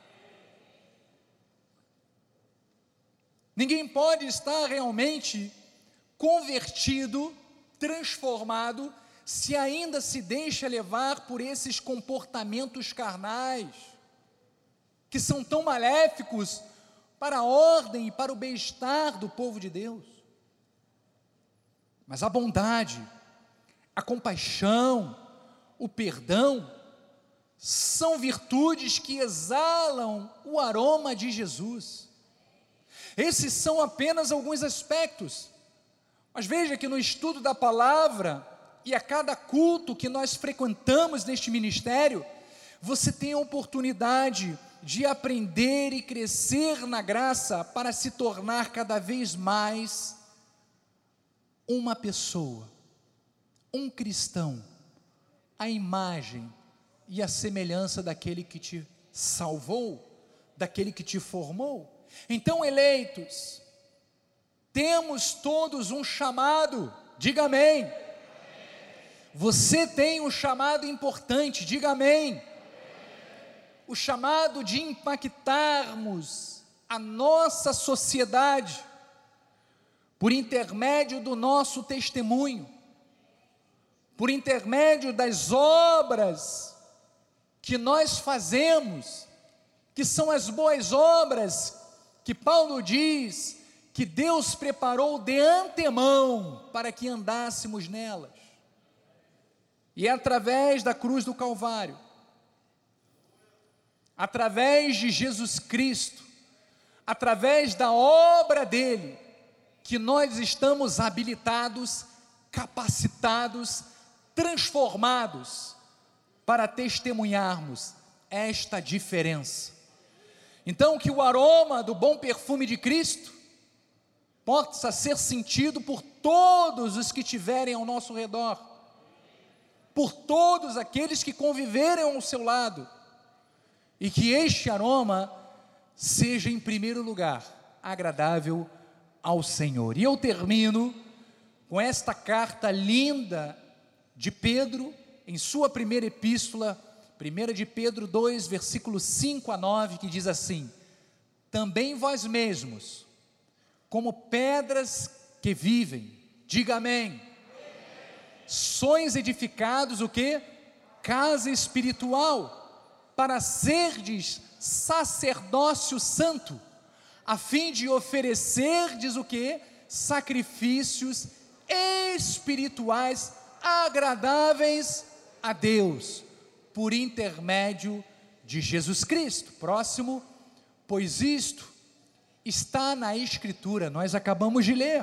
Speaker 1: Ninguém pode estar realmente convertido, transformado, se ainda se deixa levar por esses comportamentos carnais, que são tão maléficos para a ordem e para o bem-estar do povo de Deus. Mas a bondade, a compaixão, o perdão, são virtudes que exalam o aroma de Jesus. Esses são apenas alguns aspectos, mas veja que no estudo da palavra, e a cada culto que nós frequentamos neste ministério, você tem a oportunidade de aprender e crescer na graça para se tornar cada vez mais uma pessoa, um cristão, a imagem e a semelhança daquele que te salvou, daquele que te formou. Então, eleitos, temos todos um chamado, diga amém. Você tem um chamado importante, diga amém. O chamado de impactarmos a nossa sociedade por intermédio do nosso testemunho, por intermédio das obras que nós fazemos, que são as boas obras que Paulo diz que Deus preparou de antemão para que andássemos nelas. E é através da cruz do Calvário, através de Jesus Cristo, através da obra dele, que nós estamos habilitados, capacitados, transformados para testemunharmos esta diferença. Então, que o aroma do bom perfume de Cristo possa ser sentido por todos os que estiverem ao nosso redor, por todos aqueles que conviverem ao seu lado, e que este aroma seja, em primeiro lugar, agradável ao Senhor. E eu termino com esta carta linda de Pedro, em sua primeira epístola, primeira de Pedro dois, versículos cinco a nove, que diz assim: também vós mesmos, como pedras que vivem, diga amém, sois edificados o quê? Casa espiritual, para serdes sacerdócio santo, a fim de oferecerdes o quê? Sacrifícios espirituais agradáveis a Deus, por intermédio de Jesus Cristo. Próximo, pois isto está na Escritura, nós acabamos de ler: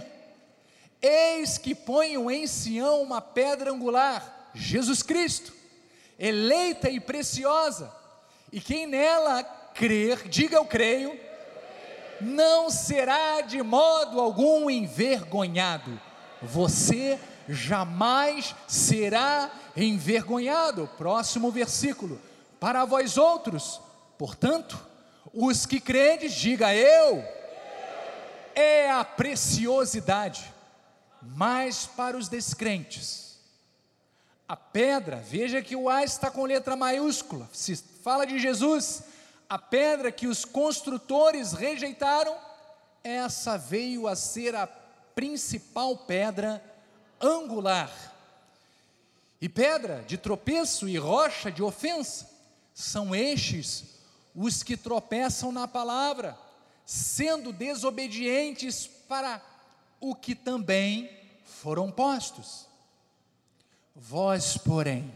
Speaker 1: eis que ponho em Sião uma pedra angular, Jesus Cristo, eleita e preciosa, e quem nela crer, diga eu creio, não será de modo algum envergonhado. Você jamais será envergonhado. Próximo versículo: para vós outros, portanto, os que credes, diga eu, é a preciosidade, mas para os descrentes, a pedra, veja que o A está com letra maiúscula, se fala de Jesus, a pedra que os construtores rejeitaram, essa veio a ser a principal pedra angular. E pedra de tropeço e rocha de ofensa, são estes os que tropeçam na palavra, sendo desobedientes para o que também foram postos. Vós, porém,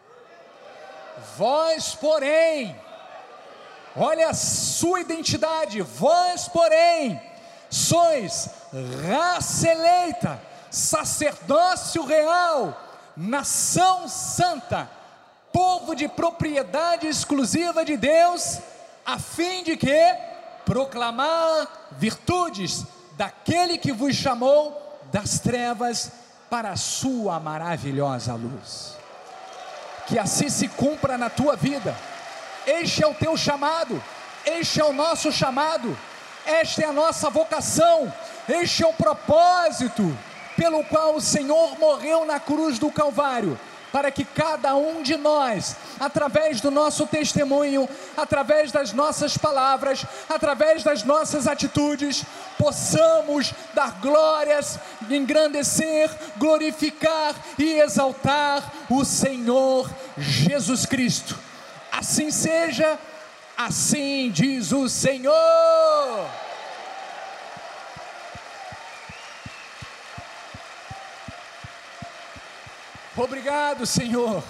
Speaker 1: vós, porém, olha a sua identidade, vós, porém, sois raça eleita, sacerdócio real, nação santa, povo de propriedade exclusiva de Deus, a fim de que proclamar virtudes daquele que vos chamou das trevas para a sua maravilhosa luz. Que assim se cumpra na tua vida. Este é o teu chamado, este é o nosso chamado, esta é a nossa vocação, este é o propósito pelo qual o Senhor morreu na cruz do Calvário, para que cada um de nós, através do nosso testemunho, através das nossas palavras, através das nossas atitudes, possamos dar glórias, engrandecer, glorificar e exaltar o Senhor Jesus Cristo. Assim seja, assim diz o Senhor. Obrigado, Senhor.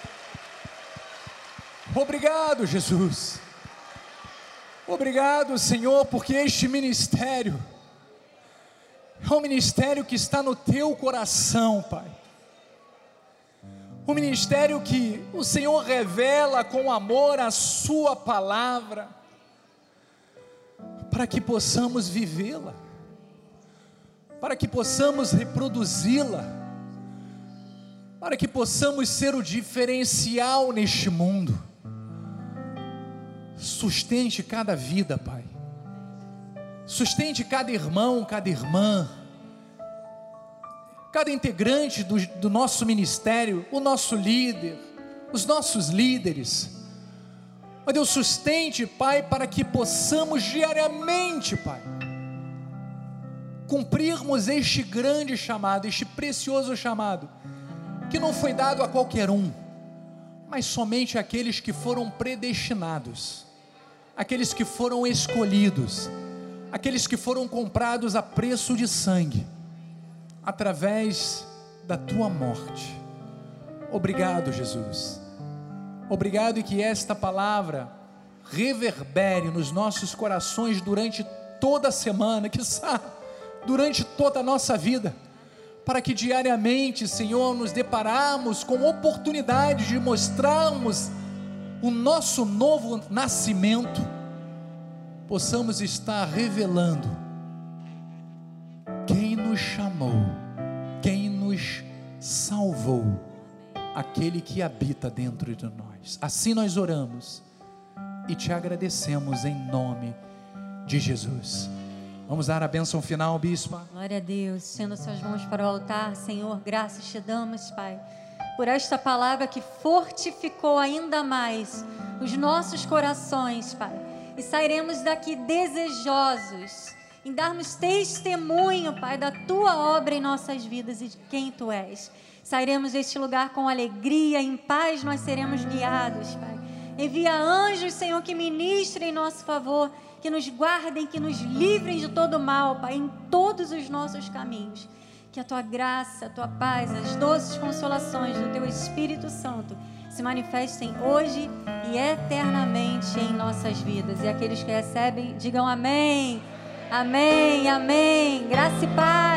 Speaker 1: Obrigado, Jesus. Obrigado, Senhor, porque este ministério é um ministério que está no teu coração, Pai. Um ministério que o Senhor revela com amor a sua palavra, para que possamos vivê-la, para que possamos reproduzi-la, para que possamos ser o diferencial neste mundo. Sustente cada vida, Pai. Sustente cada irmão, cada irmã, cada integrante do, do nosso ministério, o nosso líder, os nossos líderes. Ó Deus, sustente, Pai, para que possamos diariamente, Pai, cumprirmos este grande chamado, este precioso chamado, que não foi dado a qualquer um, mas somente àqueles que foram predestinados, aqueles que foram escolhidos, aqueles que foram comprados a preço de sangue, através da tua morte. Obrigado, Jesus. Obrigado, e que esta palavra reverbere nos nossos corações durante toda a semana, quiçá durante toda a nossa vida, para que diariamente, Senhor, nos depararmos com oportunidade de mostrarmos o nosso novo nascimento, possamos estar revelando quem nos chamou, quem nos salvou, aquele que habita dentro de nós. Assim nós oramos e te agradecemos em nome de Jesus. Vamos dar a bênção final, bispa.
Speaker 2: Glória a Deus. Estenda suas mãos para o altar. Senhor, graças te damos, Pai, por esta palavra que fortificou ainda mais os nossos corações, Pai, e sairemos daqui desejosos em darmos testemunho, Pai, da tua obra em nossas vidas e de quem tu és. Sairemos deste lugar com alegria, em paz nós seremos guiados, Pai. Envia anjos, Senhor, que ministrem em nosso favor, que nos guardem, que nos livrem de todo mal, Pai, em todos os nossos caminhos. Que a tua graça, a tua paz, as doces consolações do teu Espírito Santo se manifestem hoje e eternamente em nossas vidas. E aqueles que recebem, digam amém, amém, amém. Graça e paz.